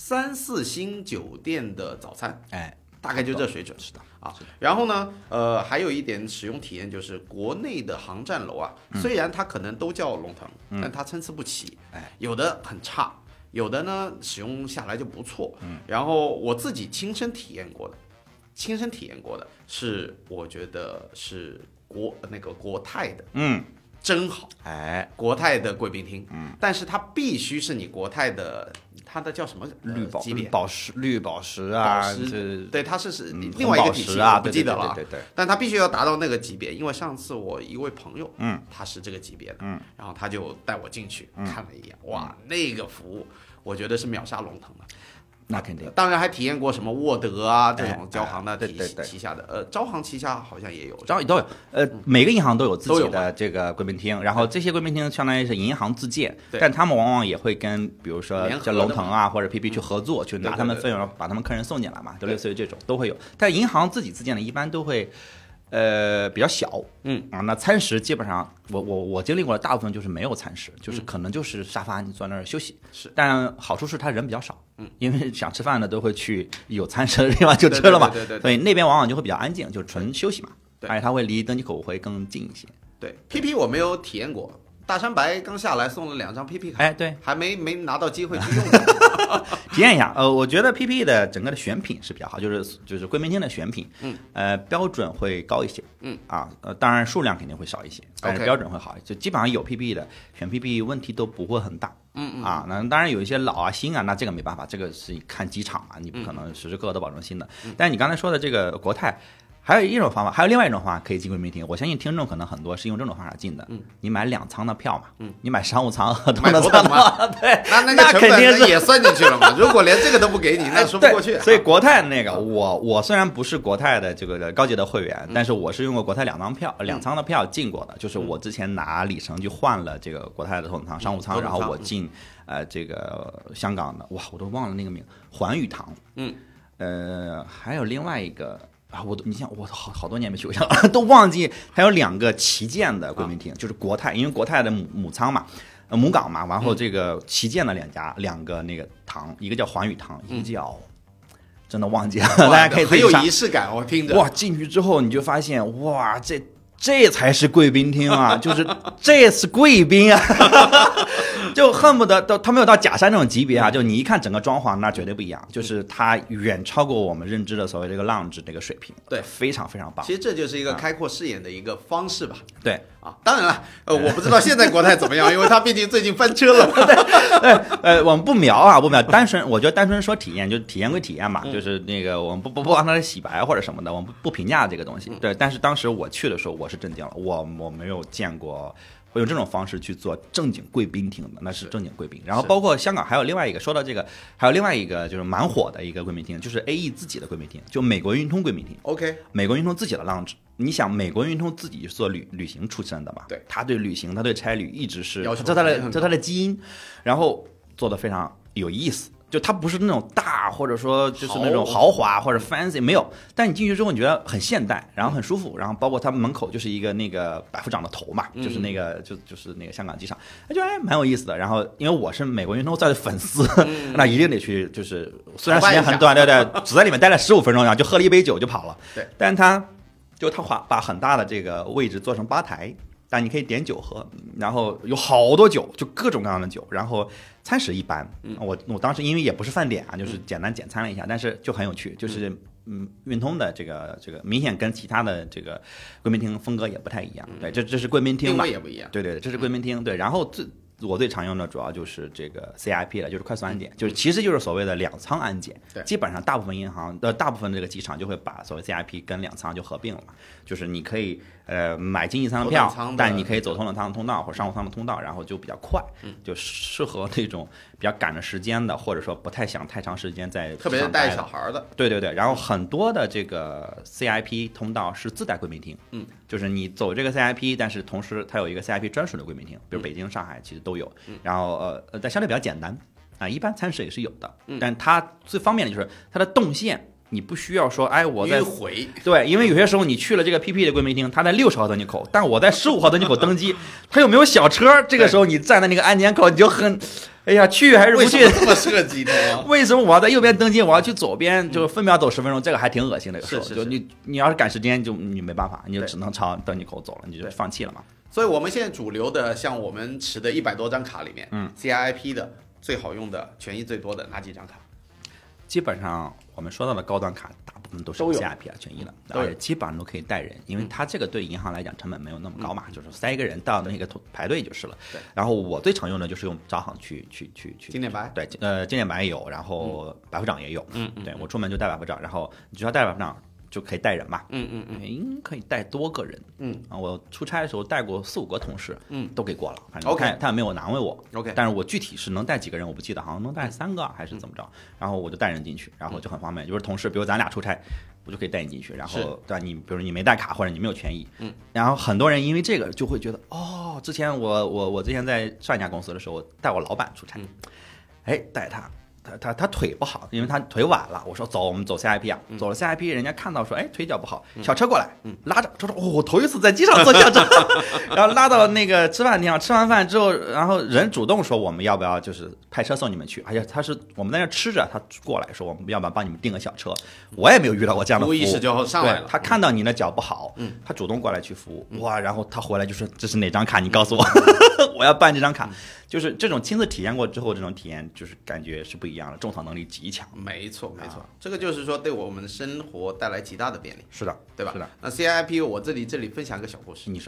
3、4星酒店的早餐，大概就这水准。 是的。 然后呢，还有一点使用体验就是国内的航站楼虽然它可能都叫龙腾，但它参差不齐，有的很差。有的呢，使用下来就不错。然后我自己亲身体验过的是，我觉得是国泰的，真好。国泰的贵宾厅，但是它必须是你国泰的，它的叫什么级别？ 绿宝石啊， 对，它是另外一个体系我不记得了。 对， 但它必须要达到那个级别，因为上次我一位朋友，他是这个级别的，然后他就带我进去看了一眼，哇，那个服务我觉得是秒杀龙腾的。 那肯定， 当然还体验过什么沃德这种交行的旗下的，招行旗下好像也有， 都有，每个银行都有自己的这个贵宾厅，然后这些贵宾厅相当于是银行自建，但他们往往也会跟比如说像龙腾或者 PP 去合作，去拿他们费用把他们客人送进来嘛，就类似于这种都会有，但银行自己自建的一般都会。比较小，那餐食基本上我经历过的大部分就是没有餐食，就是可能就是沙发你坐那儿休息，但好处是他人比较少，因为想吃饭的都会去有餐食的地方就吃了嘛，所以那边往往就会比较安静，就纯休息嘛，而且它会离登机口会更近一些。 对 ，PP 我没有体验过。大山白刚下来送了2张 PP 卡， 对， 还没拿到机会去用体验一下。我觉得 PP 的整个的选品是比较好，就是贵宾厅的选品，标准会高一些，当然数量肯定会少一些，但是标准会好一些，就基本上有 PP 的选 PP 问题都不会很大，那当然有一些老新那这个没办法，这个是看机场嘛，你不可能时时刻刻都保证新的。但是你刚才说的这个国泰。 还有一种方法，还有另外一种方法可以进贵宾厅。我相信听众可能很多是用这种方法进的。你买2舱的票嘛，你买商务舱和头等舱的，对， 那个成肯定是本也算进去了嘛。如果连这个都不给你，那说不过去。 所以国泰那个，我虽然不是国泰的这个高级的会员，但是我是用过国泰2舱的票进过的。就是我之前拿里程去换了这个国泰的头等舱、商务舱，然后我进这个香港的，哇，我都忘了那个名，环宇堂。还有另外一个。你像我好多年没去过香港，都忘记还有2个旗舰的贵宾厅，就是国泰，因为国泰的母舱嘛，母港嘛，然后这个旗舰的2个那个堂，一个叫环宇堂，一个叫真的忘记了，大家可以很有仪式感，我听着。 哇，进去之后你就发现，哇，这才是贵宾厅啊，就是这是贵宾啊。就恨不得他没有到假山这种级别啊，就你一看整个装潢那绝对不一样，就是它远超过我们认知的所谓这个lounge这个水平， 对， 非常非常棒。 其实这就是一个开阔视野的一个方式吧。 对啊，当然了，我不知道现在国泰怎么样，因为它毕竟最近翻车了。 对，我们不描啊，不描，我觉得单纯说体验，就体验归体验吧，就是那个我们不帮他洗白或者什么的，我们不评价这个东西。对，但是当时我去的时候，我是震惊了，我没有见过。会用这种方式去做正经贵宾厅的，那是正经贵宾。然后包括香港还有另外一个，说到这个，还有另外一个就是蛮火的一个贵宾厅，就是 AE 自己的贵宾厅，就美国运通贵宾厅。 OK， 美国运通自己的 lounge。你想，美国运通自己是做旅行出身的嘛？ 对， 他对旅行，他对差旅一直是这他的基因，然后做的非常有意思。就它不是那种大，或者说就是那种豪华或者 fancy， 没有。但你进去之后，你觉得很现代，然后很舒服，然后包括它门口就是一个那个百夫长的头嘛，就是那个就是那个香港机场，就蛮有意思的。然后因为我是美国运通在的粉丝，那一定得去，就是虽然时间很短，对，只在里面待了15分钟，然后就喝了一杯酒就跑了。 对， 但他把很大的这个位置做成吧台。但你可以点酒喝，然后有好多酒，就各种各样的酒，然后餐食一般。我当时因为也不是饭点啊，就是简单简餐了一下，但是就很有趣，就是运通的这个明显跟其他的这个贵宾厅风格也不太一样。对，这是贵宾厅嘛， 定位也不一样。 对，这是贵宾厅。对，然后我最常用的主要就是这个 CIP 了，就是快速安检，其实就是所谓的2舱安检。 对， 基本上大部分银行大部分这个机场就会把所谓 CIP 跟2舱就合并了嘛，就是你可以买经济舱的票，但你可以走头等舱的通道或者商务舱的通道，然后就比较快，就适合那种比较赶着时间的，或者说不太想太长时间在特别是带小孩的。 对，然后很多的这个 CIP 通道是自带贵宾厅，就是你走这个 CIP， 但是同时它有一个 CIP 专属的贵宾厅，比如北京、上海其实都有，然后但相对比较简单啊，一般餐食也是有的，但它最方便的就是它的动线。你不需要说，哎，我在对，因为有些时候你去了这个 PP 的贵宾厅，它在60号登机口，但我在15号登机口登机，它又没有小车，这个时候你站在那个安检口，你就很，哎呀，去还是不去？ 为什么这么设计呢？ 为什么我要在右边登机，我要去左边，就分秒走10分钟，这个还挺恶心的。 是， 就你要是赶时间，就你没办法，你就只能朝登机口走了，你就放弃了嘛。 所以我们现在主流的，像我们持的100多张卡里面，CIP 的最好用的、权益最多的哪几张卡？ 基本上我们说到的高端卡，大部分都是 CIP 权益了，而且基本上都可以带人，因为它这个对银行来讲成本没有那么高嘛，就是塞一个人到那个排队就是了。 对。 然后我最常用的就是用招行去经典白， 对，经典白也有，然后百夫长也有，对我出门就带百夫长，然后你只要带百夫长。就可以带人嘛，可以带多个人，我出差的时候带过4、5个同事，都给过了，反正他也没有难为我 ，OK， 但是我具体是能带几个人我不记得，好像能带3个还是怎么着，然后我就带人进去，然后就很方便，就是同事，比如咱俩出差，我就可以带你进去，然后对吧？你比如你没带卡或者你没有权益，然后很多人因为这个就会觉得，哦，之前我之前在上一家公司的时候带我老板出差，带他腿不好，因为他腿崴了。我说走，我们走 CIP 啊，走了 CIP， 人家看到说，腿脚不好，小车过来，拉着，说我头一次在机场坐校车，然后拉到那个吃饭地方，吃完饭之后，然后人主动说我们要不要就是派车送你们去，而且他是我们在那吃着，他过来说我们要不要帮你们订个小车，我也没有遇到过这样的服务， 意识就上来了。 他看到你的脚不好，他主动过来去服务，哇，然后他回来就说这是哪张卡，你告诉我，我要办这张卡。就是这种亲自体验过之后，这种体验就是感觉是不一样的，种草能力极强。 没错，这个就是说对我们的生活带来极大的便利。 是的， 对吧？ 是的。 那 CIP 我这里分享一个小故事。 你说，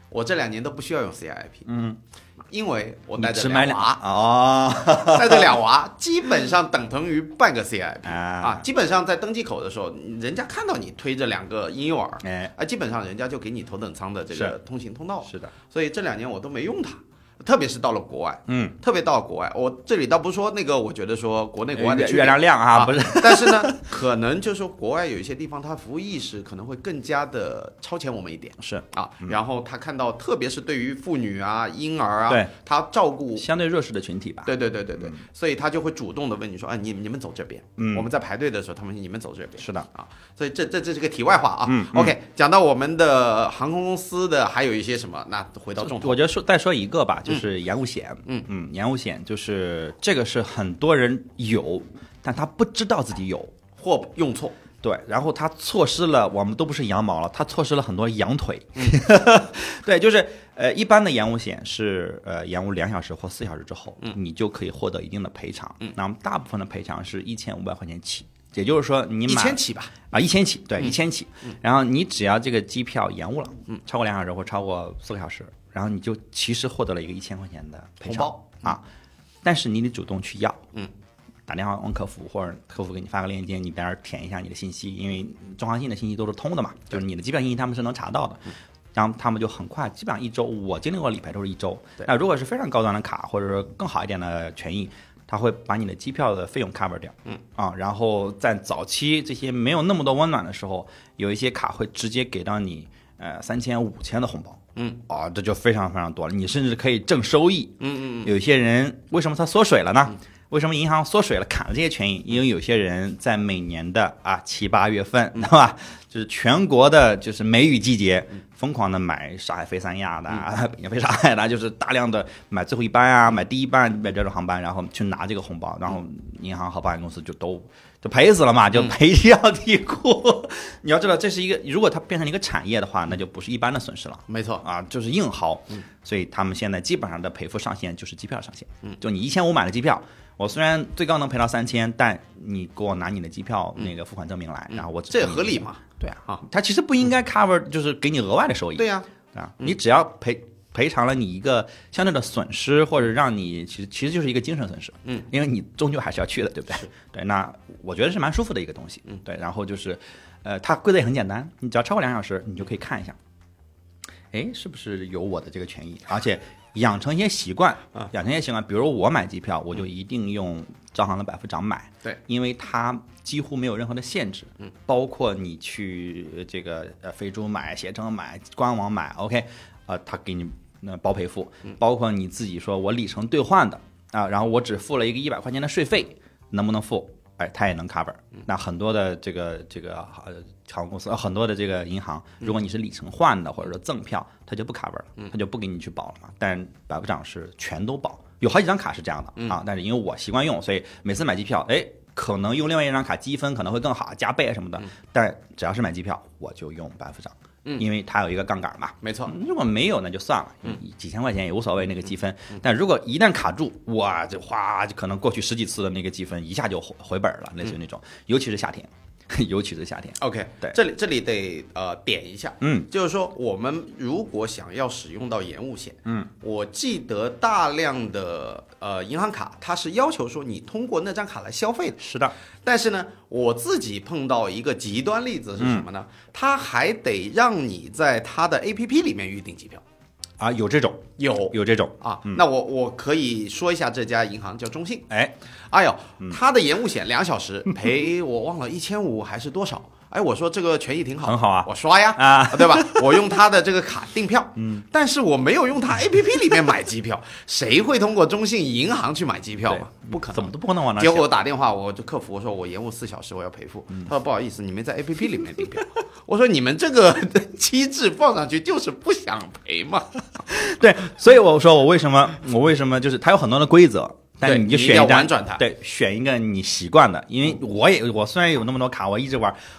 我这2年都不需要用 CIP，因为我带着只买 2娃哦， 带着2娃，基本上等同于半个 CIP 啊基本上在登机口的时候，人家看到你推着2个婴幼儿，基本上人家就给你头等舱的这个通行通道。 是的， 所以这2年我都没用它。特别是到了国外，特别到了国外，我这里倒不是说那个，我觉得说国内国外的月亮亮啊，不是， 但是呢，可能就是说国外有一些地方，它服务意识可能会更加的超前我们一点， 是啊，然后他看到，特别是对于妇女啊、婴儿啊， 对， 他照顾相对弱势的群体吧， 对，所以他就会主动的问你说，哎，你们走这边，我们在排队的时候，他们你们走这边， 是的啊，所以这是个题外话啊，OK， 讲到我们的航空公司的还有一些什么，那回到重头， 我觉得再说一个吧，就是延误险。延误险就是这个是很多人有，但他不知道自己有或用错， 对，然后他错失了，我们都不是羊毛了，他错失了很多羊腿。对，就是一般的延误险是延误2小时或4小时之后，你就可以获得一定的赔偿。那么大部分的赔偿是1500块钱起，也就是说你买 1000起吧， 啊，1000起，对，1000起。然后你只要这个机票延误了，超过2小时或超过4个小时。然后你就其实获得了一个1000块钱的赔偿啊，但是你得主动去要，打电话问客服，或者客服给你发个链接，你在那儿填一下你的信息，因为中航信的信息都是通的嘛，就是你的机票信息他们是能查到的，然后他们就很快，基本上1周，我经历过理赔都是1周。那如果是非常高端的卡，或者说更好一点的权益，他会把你的机票的费用 cover 掉，然后在早期这些没有那么多温暖的时候，有一些卡会直接给到你3000、5000的红包。这就非常非常多了，你甚至可以挣收益。有一些人为什么他缩水了呢？为什么银行缩水了，砍了这些权益？因为有些人在每年的7、8月份，对吧？就是全国的就是梅雨季节，疯狂的买上海飞三亚的，北京飞上海的，就是大量的买最后一班啊，买第一班买这种航班，然后去拿这个红包，然后银行和保险公司就赔死了嘛，就赔掉地库。你要知道，这是一个，如果它变成一个产业的话，那就不是一般的损失了。 没错啊，就是硬薅。所以他们现在基本上的赔付上限就是机票上限。就你1500买的机票，我虽然最高能赔到3000，但你给我拿你的机票那个付款证明来，然后我这也合理嘛？ 对啊，它其实不应该 cover，就是给你额外的收益。 对呀， 你只要赔偿了你一个相对的损失，或者让你其实就是一个精神损失，因为你终究还是要去的，对不对？对，那我觉得是蛮舒服的一个东西，对。然后就是，它规则也很简单，你只要超过2小时，你就可以看一下，是不是有我的这个权益，而且养成一些习惯，比如我买机票，我就一定用招行的百付长买， 对， 因为它几乎没有任何的限制，包括你去这个飞猪买、携程买、官网买 ，OK。他给你包赔付，包括你自己说我里程兑换的然后我只付了一个100块钱的税费，能不能付？他也能 cover。那很多的这个航空公司，很多的这个银行，如果你是里程换的或者说赠票，他就不 cover 了，他就不给你去保了嘛。但百付长是全都保，有好几张卡是这样的但是因为我习惯用，所以每次买机票，可能用另外一张卡积分可能会更好，加倍什么的。但只要是买机票，我就用百付长。因为它有一个杠杆嘛， 没错。 如果没有那就算了，几千块钱也无所谓那个积分。但如果一旦卡住，哇，就可能过去10几次的那个积分一下就回本了，类似于那种，尤其是夏天。OK， 对，这里得点一下，就是说我们如果想要使用到延误险，我记得大量的银行卡它是要求说你通过那张卡来消费的， 是的。 但是呢，我自己碰到一个极端例子是什么呢？它还得让你在它的 APP 里面预订机票。 有这种，有这种那我可以说一下这家银行叫中信。 哎呦，它的延误险2小时赔我忘了1500还是多少？我说这个权益挺好， 很好啊， 我刷呀对吧？我用他的这个卡订票，但是我没有用他 APP 里面买机票，谁会通过中信银行去买机票嘛？不可能， 怎么都不可能往那。 结果我打电话，我就客服我说我延误4小时，我要赔付。他说不好意思，你没在 APP 里面订票。我说你们这个机制放上去就是不想赔嘛？ 对，所以我说我为什么就是它有很多的规则。但是你就选一张， 要婉转它， 对，选一个你习惯的，因为我虽然有那么多卡，我一直玩，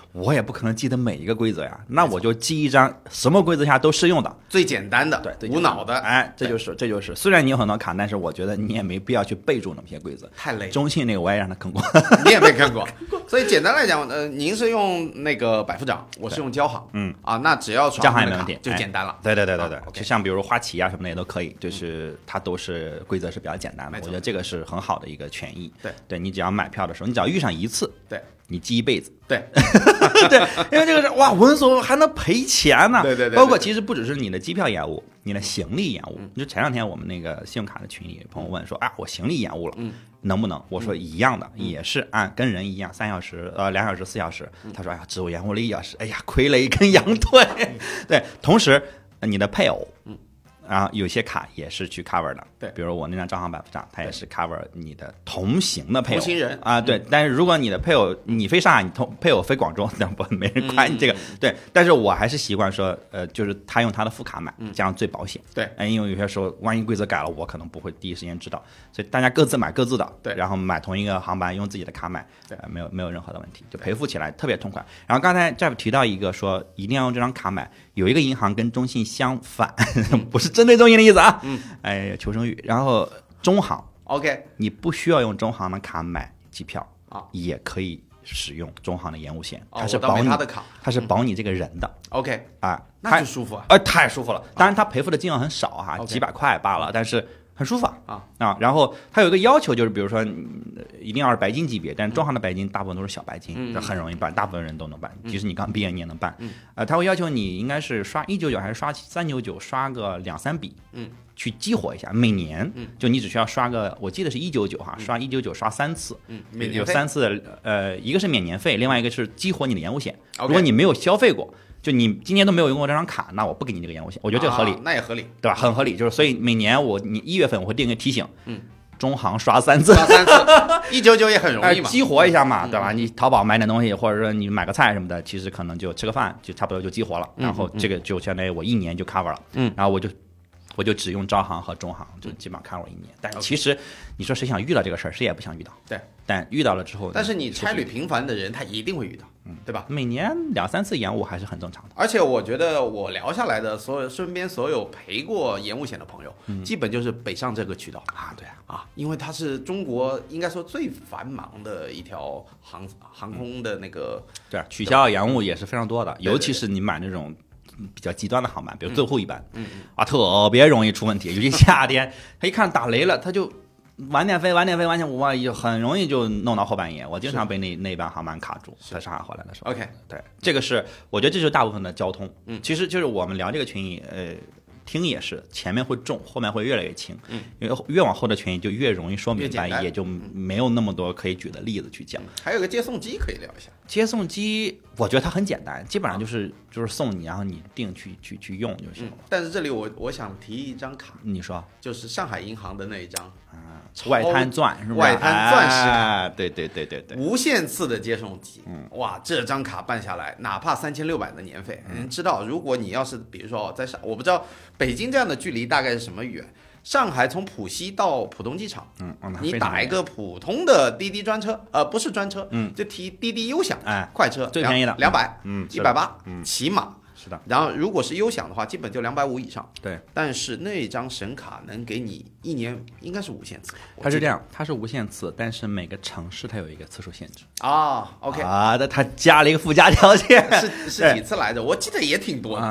我也不可能记得每一个规则呀，那我就记一张什么规则下都适用的， 最简单的， 对， 无脑的。 哎，这就是，虽然你有很多卡，但是我觉得你也没必要去备注那么些规则， 太累。 中信那个我也让他坑过， 你也没坑过。所以简单来讲，您是用那个百富长，我是用交行，那只要刷交行也没问题， 就简单了。 对，就像比如花旗啊什么的也都可以，就是它都是规则是比较简单的，我觉得这个是很好的一个权益。对，你只要买票的时候，你只要遇上一次， 对， 你记一辈子。 对对，因为这个是哇，闻所还能赔钱呢。 对， 包括其实不只是你的机票延误，你的行李延误。就前两天我们那个信用卡的群里，朋友问说啊，我行李延误了，能不能？我说一样的，也是按跟人一样，3小时、2小时、4小时。他说哎呀，只有延误了1小时，哎呀，亏了一根羊腿。对，同时你的配偶，然后有些卡也是去 cover 的， 对， 比如我那张招行百富账，它也是 cover 你的同行的配偶， 同行人啊，对。但是如果你的配偶你飞上海，你配偶飞广州，那不没人管你这个，对。但是我还是习惯说，就是他用他的副卡买，这样最保险， 对。 因为有些时候万一规则改了，我可能不会第一时间知道，所以大家各自买各自的， 对。 然后买同一个航班，用自己的卡买， 对， 没有任何的问题，就赔付起来特别痛快。然后刚才 Jeff 提到一个说一定要用这张卡买，有一个银行跟中信相反，不是针对中信的意思啊。哎，求生欲。然后中行 ，OK， 你不需要用中行的卡买机票啊， 也可以使用中行的延误险，它是保你他的卡， 它是保你这个人的。 OK， 啊， 那就舒服啊， 太舒服了。当然，它赔付的金额很少哈，几百块罢了，但是很舒服啊。然后它有一个要求，就是比如说一定要是白金级别，但是中行的白金大部分都是小白金，这很容易办，大部分人都能办，即使你刚毕业你也能办。它会要求你应该是刷199还是刷399，刷个2-3笔，去激活一下。每年就你只需要刷个，我记得是199哈，刷199刷3次，有3次，一个是免年费，另外一个是激活你的延误险。如果你没有消费过，就你今年都没有用过这张卡，那我不给你这个延误险，我觉得这个合理， 那也合理， 对吧？很合理，就是所以每年你1月份我会定个提醒，中行刷3次 ，199也很容易嘛， 激活一下嘛，对吧？你淘宝买点东西，或者说你买个菜什么的，其实可能就吃个饭就差不多就激活了，然后这个就相当于我1年就 cover 了，然后我就只用招行和中行，就基本上 cover 1年。但是其实你说谁想遇到这个事儿，谁也不想遇到， 对。 但遇到了之后， 但是你差旅频繁的人，他一定会遇到，对吧？ 每年2-3次延误还是很正常的。 而且我觉得我聊下来的身边所有赔过延误险的朋友，基本就是北上这个渠道啊，对啊，因为它是中国应该说最繁忙的一条航空的那个， 对，取消延误也是非常多的，尤其是你买那种比较极端的航班，比如最后一班，特别容易出问题，尤其夏天，他一看打雷了，他就晚点飞，哇，很容易就弄到后半夜。我经常被那班航班卡住，在上海回来的时候。 OK， 对，这个是我觉得这就是大部分的交通。其实就是我们聊这个群益，听也是前面会重，后面会越来越轻。因为越往后的群益就越容易说明白，也就没有那么多可以举的例子去讲。 还有个接送机可以聊一下。 接送机我觉得它很简单，基本上就是送你，然后你定去用就行了。 但是这里我想提一张卡， 你说， 就是上海银行的那一张外滩钻是吧？ 外滩钻石卡， 对， 无限次的接送机。哇，这张卡办下来，哪怕3600的年费，您知道，如果你要是比如说我不知道北京这样的距离大概是什么远。上海从浦西到浦东机场，你打一个普通的滴滴专车，不是专车，就提滴滴优享，快车最便宜的 200， 180，起码。 是的， 然后如果是优享的话，基本就250以上。 对， 但是那张神卡能给你1年应该是无限次。 它是这样，它是无限次，但是每个城市它有一个次数限制啊。OK 啊，那它加了一个附加条件， 是几次来着？我记得也挺多的。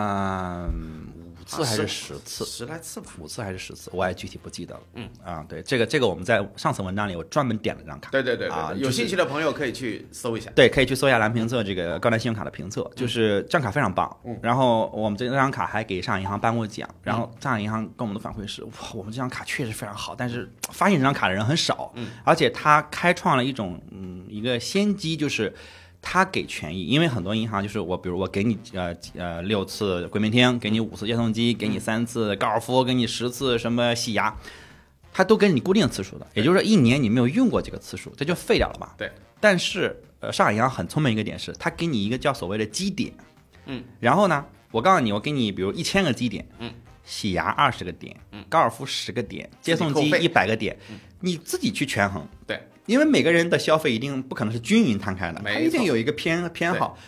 5次还是10次 ？10来次吧 ，5次还是10次，我也具体不记得了。对，这个我们在上次文章里我专门点了这张卡。 对，有兴趣的朋友可以去搜一下。 对，可以去搜一下蓝评测这个高端信用卡的评测，就是这张卡非常棒。然后我们这张卡还给上海银行颁过奖，然后上海银行跟我们的反馈是，哇，我们这张卡确实非常好，但是发现这张卡的人很少，而且它开创了一种一个先机，就是他给权益，因为很多银行就是比如我给你6次贵宾厅，给你5次接送机，给你3次高尔夫，给你10次什么洗牙，他都给你固定次数的，也就是说1年你没有用过这个次数，这就废掉了嘛。 对。 但是上海银行很聪明一个点是，他给你一个叫所谓的基点，然后呢，我告诉你，我给你比如1000个基点，洗牙20个点，高尔夫10个点，接送机100个点，你自己去权衡。 对。 因为每个人的消费一定不可能是均匀摊开的，它一定有一个偏好。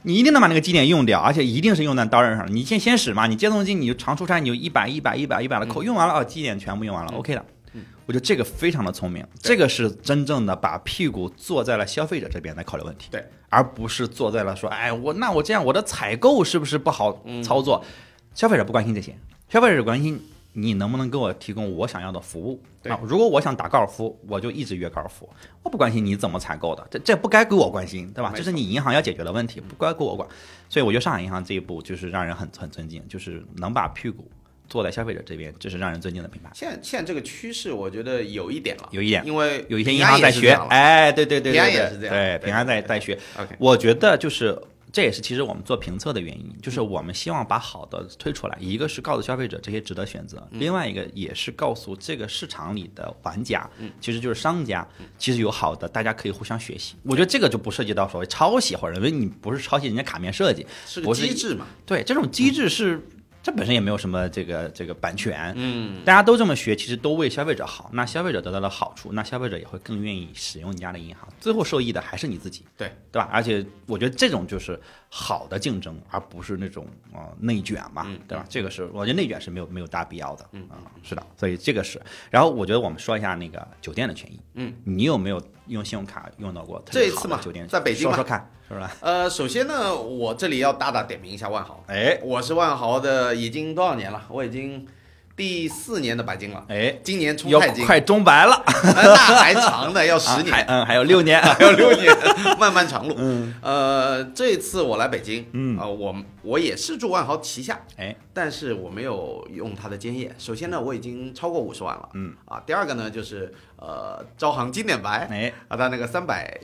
你一定能把那个基点用掉，而且一定是用在刀刃上。你先使嘛，你接动机你就长出差，你就100的扣，用完了基点全部用完了，OK 的。我觉得这个非常的聪明，这个是真正的把屁股坐在了消费者这边来考虑问题， 对， 而不是坐在了说，哎，我这样我的采购是不是不好操作？消费者不关心这些，消费者关心你能不能给我提供我想要的服务。如果我想打高尔夫，我就一直约高尔夫，我不关心你怎么采购的，这不该归我关心，对吧？这是你银行要解决的问题，不该归我管。所以我觉得上海银行这一步就是让人很尊敬，就是能把屁股坐在消费者这边，这是让人尊敬的品牌。 现在这个趋势，我觉得有一点了， 因为有一些银行在学，哎，对， 平安也是这样， 对，平安在学。 OK， 我觉得就是这也是其实我们做评测的原因，就是我们希望把好的推出来，一个是告诉消费者这些值得选择，另外一个也是告诉这个市场里的玩家，其实就是商家，其实有好的，大家可以互相学习。我觉得这个就不涉及到所谓抄袭，或者因为你不是抄袭人家卡面设计， 是个机制嘛？ 对，这种机制是。这本身也没有什么这个版权，大家都这么学，其实都为消费者好，那消费者得到了好处，那消费者也会更愿意使用你家的银行，最后受益的还是你自己， 对吧？而且我觉得这种就是好的竞争，而不是那种内卷嘛，对吧？这个是我觉得内卷是没有大必要的，是的，所以这个是。然后我觉得我们说一下那个酒店的权益，你有没有用信用卡用到过特别好的酒店？ 在北京说说看。是吧？ 首先呢，我这里要大点评一下万豪。 哎， 我是万豪的，已经多少年了？我已经第4年的白金了。 哎， 今年冲太金， 要快中白了， 那还长的，要10年， 还有6年， 还有6年，漫漫长路。这次我来北京，我也是住万豪旗下，但是我没有用它的兼业。首先呢，我已经超过50万了，第二个呢就是招行经典白，它那个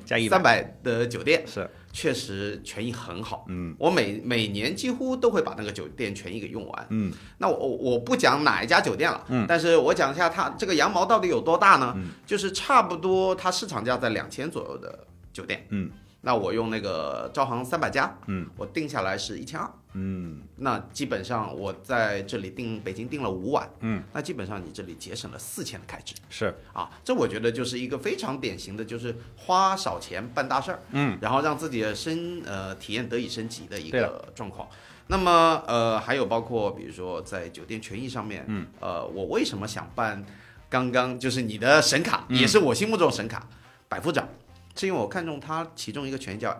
300的酒店是确实权益很好，我每年几乎都会把那个酒店权益给用完，那我不讲哪一家酒店了，但是我讲一下它这个羊毛到底有多大呢？就是差不多它市场价在2000左右的酒店，那我用那个招行300家，我定下来是1200，那基本上我在这里北京订了5晚，那基本上你这里节省了4000的开支， 是啊，这我觉得就是一个非常典型的，就是花少钱办大事儿，然后让自己的体验得以升级的一个状况。那么还有包括比如说在酒店权益上面，我为什么想办刚刚就是你的神卡，也是我心目中的神卡百夫长。是因为我看中它其中一个权益叫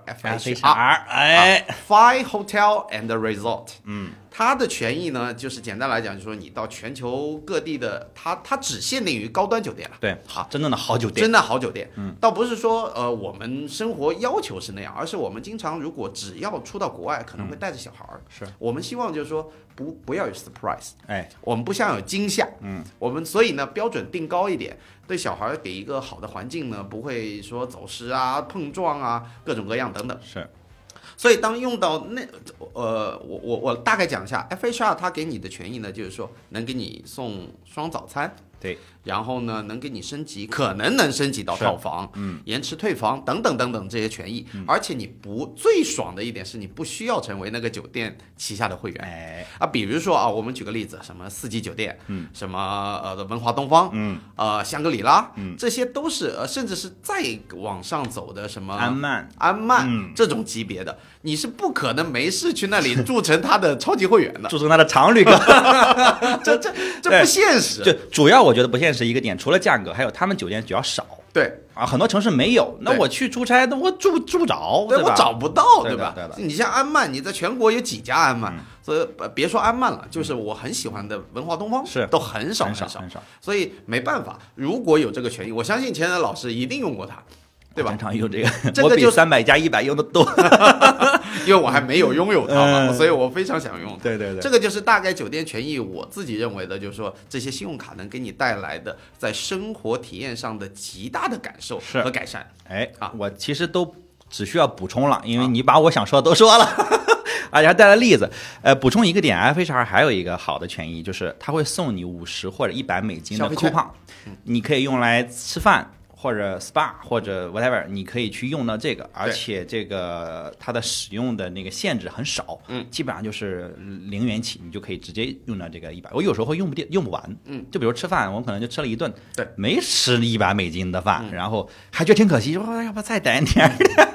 FHR， Five Hotel and Resort，它的权益呢，就是简单来讲，就是说你到全球各地的，它只限定于高端酒店了。 对，好，真正的好酒店， 真的好酒店，倒不是说我们生活要求是那样，而是我们经常如果只要出到国外，可能会带着小孩儿， 是我们希望就是说不要有 surprise， 哎， 我们不想有惊吓，我们所以呢标准定高一点，对小孩给一个好的环境呢，不会说走失啊、碰撞啊、各种各样等等。 是。 所以当用到我大概讲一下 FHR 它给你的权益呢，就是说能给你送双早餐， 对， 然后呢能给你升级，可能能升级到套房，延迟退房等等等等这些权益，而且你最爽的一点是你不需要成为那个酒店旗下的会员，比如说我们举个例子，什么4季酒店，什么文华东方，香格里拉，这些都是甚至是再往上走的什么安曼这种级别的。你是不可能没事去那里住成他的超级会员的， 住成他的常旅客， 这不现实。 就主要我觉得不现实一个点，除了价格，还有他们酒店比较少。 对啊，很多城市没有，那我去出差，那我住不着，对吧？ 我找不到，对吧？ 对的。 你像安曼，你在全国有几家安曼？所以别说安曼了，就是我很喜欢的文华东方， 是都很少。所以没办法，如果有这个权益，我相信钱仁老师一定用过它。对吧？ 经常用这个，我比300加100用的多， 因为我还没有拥有它嘛，所以我非常想用它。 对， 这个就是大概酒店权益，我自己认为的，就是说这些信用卡能给你带来的在生活体验上的极大的感受和改善。 我其实都只需要补充了，因为你把我想说的都说了。而且还带了例子，补充一个点 ，FHR 还有一个好的权益，就是它会送你50或者100美金的 coupon，你可以用来吃饭。或者 SPA 或者 whatever， 你可以去用到这个，而且这个它的使用的那个限制很少，基本上就是0元起，你就可以直接用到这个100。我有时候会用不完，就比如吃饭，我可能就吃了一顿，没吃100美金的饭，然后还觉得挺可惜，说要不再点点，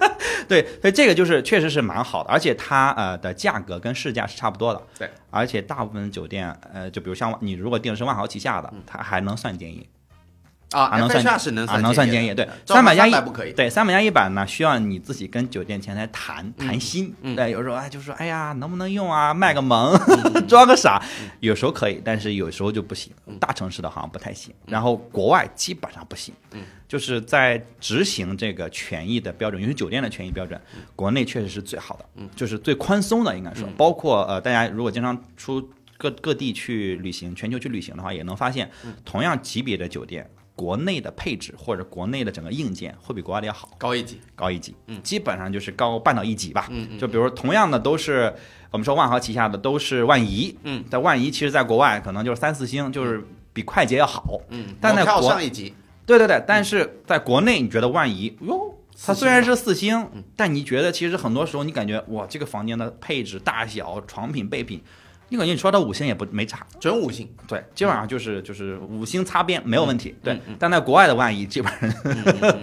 对，所以这个就是确实是蛮好的，而且它的价格跟市价是差不多的。 对， 而且大部分酒店就比如像你如果订的是万豪旗下的，它还能算建议。 啊， 能算能算建议，对，300+1 不可以， 对，300+100呢，需要你自己跟酒店前台谈心，对，有时候就说，哎呀，能不能用啊，卖个萌，装个傻，有时候可以，但是有时候就不行，大城市的好像不太行，然后国外基本上不行，就是在执行这个权益的标准，尤其酒店的权益标准，国内确实是最好的，就是最宽松的，应该说，包括大家如果经常出各地去旅行，全球去旅行的话，也能发现，同样级别的酒店。国内的配置或者国内的整个硬件会比国外的要好， 高一级， 基本上就是高半到1级吧。就比如同样的都是我们说万豪旗下的都是万怡，在万怡其实在国外可能就是3、4星，就是比快捷要好，但在国上一级， 对，但是在国内你觉得万怡哟。它虽然是4星，但你觉得其实很多时候你感觉哇，这个房间的配置、大小、床品、备品。你感觉你说到5星也没差， 准5星， 对，基本上就是5星擦边没有问题，对。但在国外的万怡基本上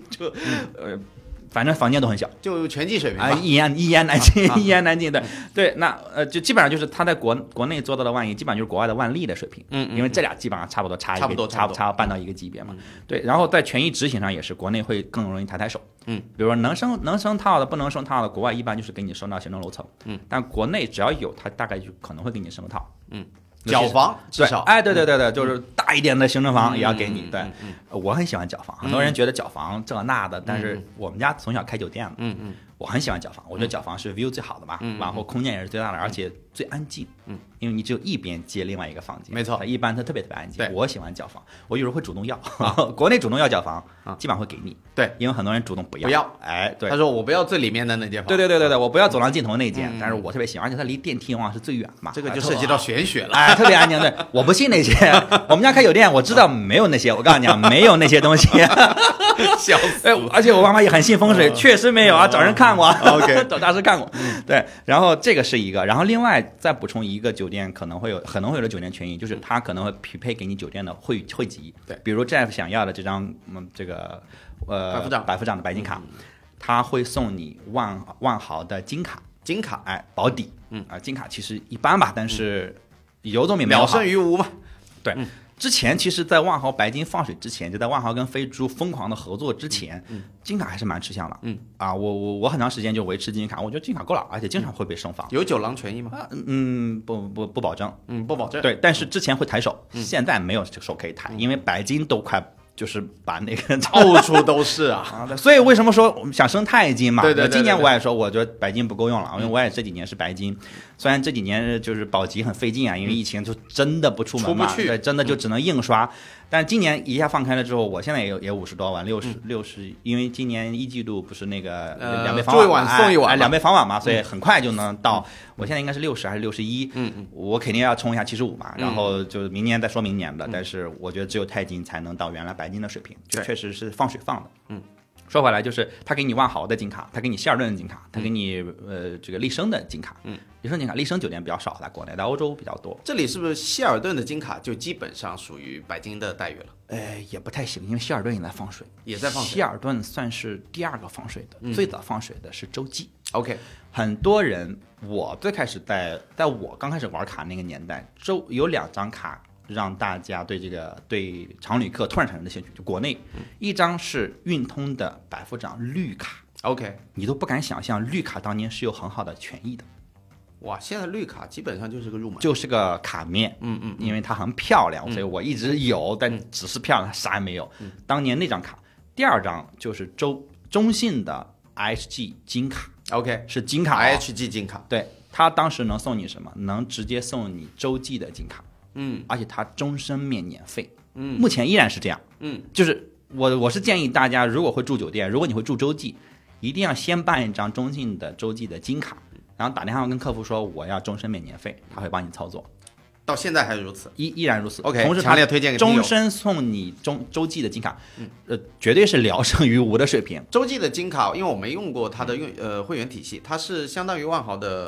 反正房间都很小， 就拳击水平啊，一言难尽，一言难尽。对，那就基本上就是他在国内做到的万怡，基本上就是国外的万丽的水平，因为这俩基本上差不多，差半到1个级别嘛。对，然后在权益执行上也是，国内会更容易抬手。比如说能升套的，不能升套的，国外一般就是给你升到行政楼层，但国内只要有，它大概就可能会给你升个套， 角房至少， 哎，对，就是大一点的行政房也要给你。对，我很喜欢角房，很多人觉得角房这那的，但是我们家从小开酒店的，我很喜欢角房，我觉得角房是 view 最好的嘛，然后空间也是最大的，而且最安静，因为你只有一边接另外一个房间， 没错， 一般它特别安静。我喜欢角房，我有时候会主动要，国内主动要角房，基本上会给你， 对， 因为很多人主动不要，哎，对， 他说我不要最里面的那间房， 对，我不要走廊尽头那间，但是我特别喜欢，而且它离电梯往往是最远嘛， 这个就涉及到玄学了， 哎，特别安静。对，我不信那些，我们家开酒店，我知道没有那些，我告诉你啊，没有那些东西， 笑死！ 而且我妈妈也很信风水，确实没有啊，找人看过，OK， 找大师看过，对。然后这个是一个，然后另外再补充一个酒店可能会有的酒店权益，就是它可能会匹配给你酒店的会籍， 对， 比如 Jeff 想要的这张这个百夫长的白金卡，他会送你万豪的金卡，哎，保底，金卡其实一般吧，但是有总比没有好， 秒胜于无嘛， 对。之前其实，在万豪白金放水之前，就在万豪跟飞猪疯狂的合作之前，金卡还是蛮吃香的。我很长时间就维持金卡，我觉得金卡够了，而且经常会被升房。 有酒廊权益吗？ 不保证， 不保证。 对，但是之前会抬手，现在没有手可以抬，因为白金都快。就是把那个到处都是啊， 所以为什么说我们想升钛金嘛？ 对， 今年我也说，我觉得白金不够用了，因为我也这几年是白金，虽然这几年就是保级很费劲啊，因为疫情就真的不出门嘛，对，真的就只能硬刷。但今年一下放开了之后，我现在也50多万，60，因为今年1季度不是那个2倍房晚送一晚 ，2倍房晚嘛，所以很快就能到。我现在应该是60还是61，我肯定要冲一下75嘛，然后就明年再说明年的。但是我觉得只有钛金才能到原来白金的水平，就确实是放水放的。说回来就是他给你万豪的金卡，他给你希尔顿的金卡，他给你这个丽笙的金卡，丽笙酒店比较少，在国内，在欧洲比较多。 这里是不是希尔顿的金卡就基本上属于白金的待遇了？ 也不太行，因为希尔顿也在放水，希尔顿算是第2个放水的，最早放水的是洲际。 OK， 很多人，我最开始在我刚开始玩卡那个年代，有2张卡。让大家对常旅客突然产生的兴趣，就国内，一张是运通的百夫长绿卡 ，OK， 你都不敢想象绿卡当年是有很好的权益的， 哇，现在绿卡基本上就是个入门， 就是个卡面，因为它很漂亮，所以我一直有，但只是漂亮，啥也没有。当年那张卡，第2张就是中信的 IHG 金卡 ，OK， 是金卡 ，IHG 金卡， 对，他当时能送你什么？能直接送你洲际的金卡。而且它终身免年费，目前依然是这样，就是我是建议大家，如果会住酒店，如果你会住洲际，一定要先办一张中信的洲际的金卡，然后打电话跟客服说我要终身免年费，他会帮你操作。 到现在还是如此， 依然如此。 OK， 同时强烈推荐给终身送你洲际的金卡，绝对是聊胜于无的水平。 洲际的金卡，因为我没用过它的会员体系，它是相当于万豪的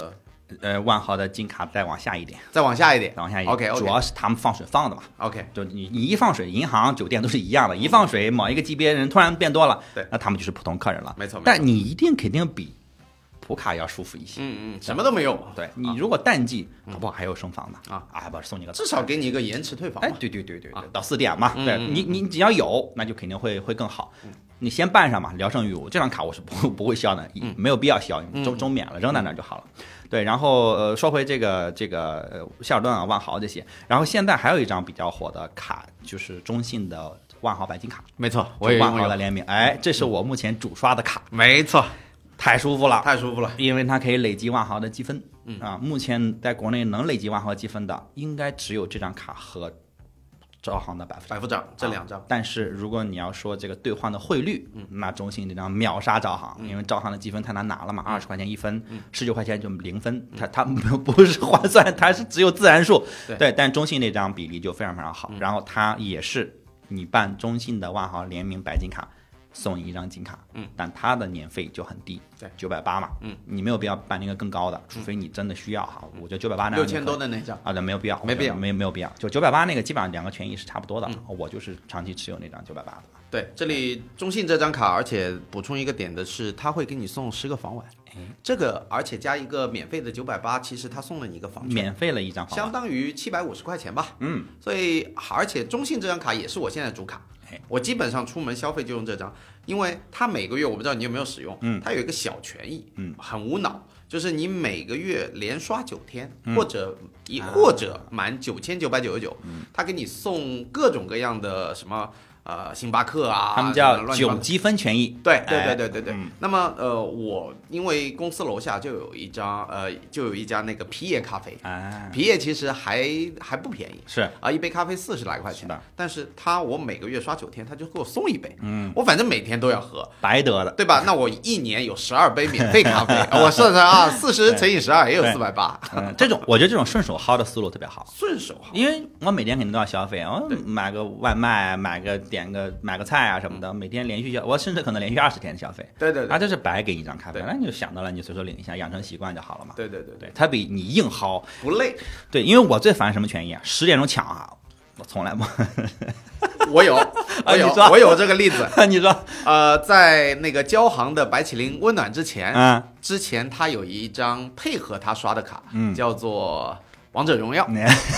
万豪的金卡再往下一点， 再往下一点， 再往下一点。 OK， 主要是他们放水放的嘛。 OK， 就你一放水，银行、酒店都是一样的，一放水，某一个级别人突然变多了， 对， 那他们就是普通客人了。 没错， 但你一定肯定比普卡要舒服一些。 什么都没有。 对，你如果淡季，搞不好还有升房的还不送你个， 至少给你一个延迟退房。 哎，对，到4点嘛，对你只要有，那就肯定会更好。你先办上嘛，聊胜于无。这张卡我是不会消的，没有必要消，周免了，扔在那儿就好了。对，然后说回这个希尔顿啊、万豪这些，然后现在还有一张比较火的卡，就是中信的万豪白金卡。 没错，我也万豪的联名，哎，这是我目前主刷的卡。 没错， 太舒服了， 太舒服了， 因为它可以累积万豪的积分。目前在国内能累积万豪积分的，应该只有这张卡和招行的百富掌这两张。 但是如果你要说这个兑换的汇率，那中信这张秒杀招行，因为招行的积分太难拿了嘛，20块钱1分，19块钱就0分，它不是换算，它是只有自然数。对，但中信那张比例就非常非常好，然后它也是你办中信的万豪联名白金卡，送你一张金卡，但它的年费就很低， 对 ，980嘛，你没有必要办那个更高的，除非你真的需要哈。我觉得980那 6000多的那张啊，对，没有必要， 没必要， 没有必要，就980那个基本上2个权益是差不多的，我就是长期持有那张980的。 对，这里中信这张卡，而且补充一个点的是，他会给你送10个房晚，这个而且加一个免费的980，其实他送了你一个房券， 免费了一张房晚， 相当于750块钱吧。所以而且中信这张卡也是我现在主卡。我基本上出门消费就用这张，因为它每个月我不知道你有没有使用，它有一个小权益，很无脑，就是你每个月连刷9天，或者满9999，它给你送各种各样的什么。星巴克啊， 他们叫9积分权益。 对。那么我因为公司楼下就有一家那个皮耶咖啡，皮耶其实还不便宜， 是一杯咖啡40来块钱，但是我每个月刷9天，他就给我送一杯，我反正每天都要喝， 白得的， 对吧？那我一年有12杯免费咖啡，我算算40乘以12也有480。 这种我觉得这种顺手薅的思路特别好， 顺手薅， 因为我每天肯定都要消费，我买个外卖，买个菜啊什么的，每天连续我甚至可能连续20天的消费。 对， 这是白给你一张咖啡，那你就想到了，你随手领一下，养成习惯就好了嘛。 对， 它比你硬薅不累。 对，因为我最烦什么权益啊？10点钟抢啊，我从来不。 我有这个例子。 你说， 在那个交行的白麒麟温暖之前，他有一张配合他刷的卡，叫做王者荣耀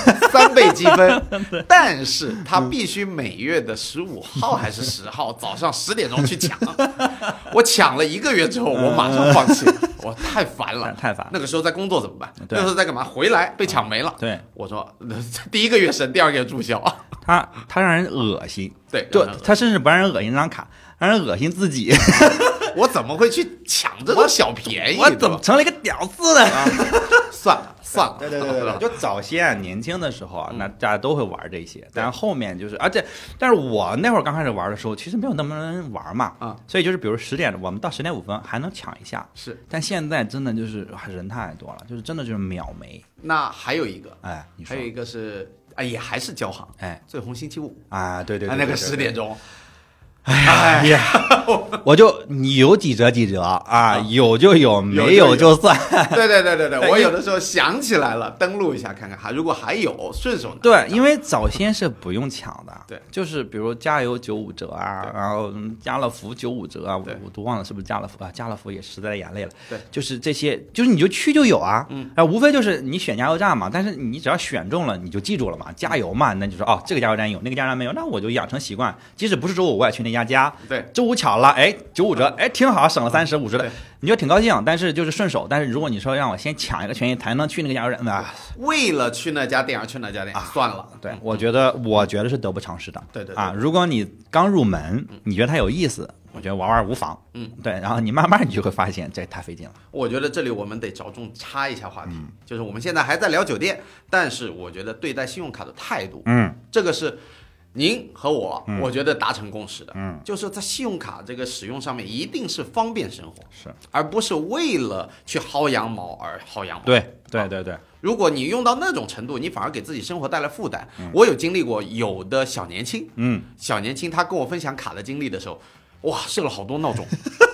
3倍积分，但是他必须每月的15号还是10号早上10点钟去抢。我抢了1个月之后，我马上放弃，我太烦了， 太烦。 那个时候在工作怎么办？那个时候在干嘛？回来被抢没了。 对， 我说第1个月省，第2个月注销。 他让人恶心， 对， 就他甚至不让人恶心这张卡，让人恶心自己。 我怎么会去抢这种小便宜？ 我怎么成了一个屌丝呢？ 算了。 对，就早先年轻的时候啊，那大家都会玩这些，但是后面就是，但是我那会儿刚开始玩的时候，其实没有那么多人玩嘛，所以就是比如10点，我们到10点5分还能抢一下， 是， 但现在真的就是人太多了，就是真的就是秒没。 那还有一个， 你说还有一个是，也还是交行，最红星期五啊，对， 那个10点钟。 哎呀，你有几折啊，有就有，没有就算。 对，我有的时候想起来了，登录一下看看，如果还有顺手拿。 对，因为早先是不用抢的， 对， 就是比如加油95折啊，然后家乐福95折啊，我都忘了是不是家乐福啊，家乐福也实在的眼泪了。 对， 就是这些，就是你就去就有啊，无非就是你选加油站嘛，但是你只要选中了，你就记住了嘛，加油嘛，那就说这个加油站有，那个加油站没有，那我就养成习惯，即使不是周五我也去那家。 对， 周五巧了，95折，挺好，省了30、50的，你就挺高兴。但是就是顺手，但是如果你说让我先抢一个权益才能去那个加油站， 为了去那家店而去那家店，算了。 对，我觉得是得不偿失的。 对如果你刚入门，你觉得它有意思，我觉得玩无妨。对，然后你慢慢你就会发现这太费劲了。 我觉得这里我们得着重插一下话题，就是我们现在还在聊酒店，但是我觉得对待信用卡的态度，这个是。您和我觉得达成共识的，就是在信用卡这个使用上面，一定是方便生活， 是， 而不是为了去薅羊毛而薅羊毛。 对。 如果你用到那种程度，你反而给自己生活带来负担。我有经历过，有的小年轻他跟我分享卡的经历的时候，哇，设了好多闹钟，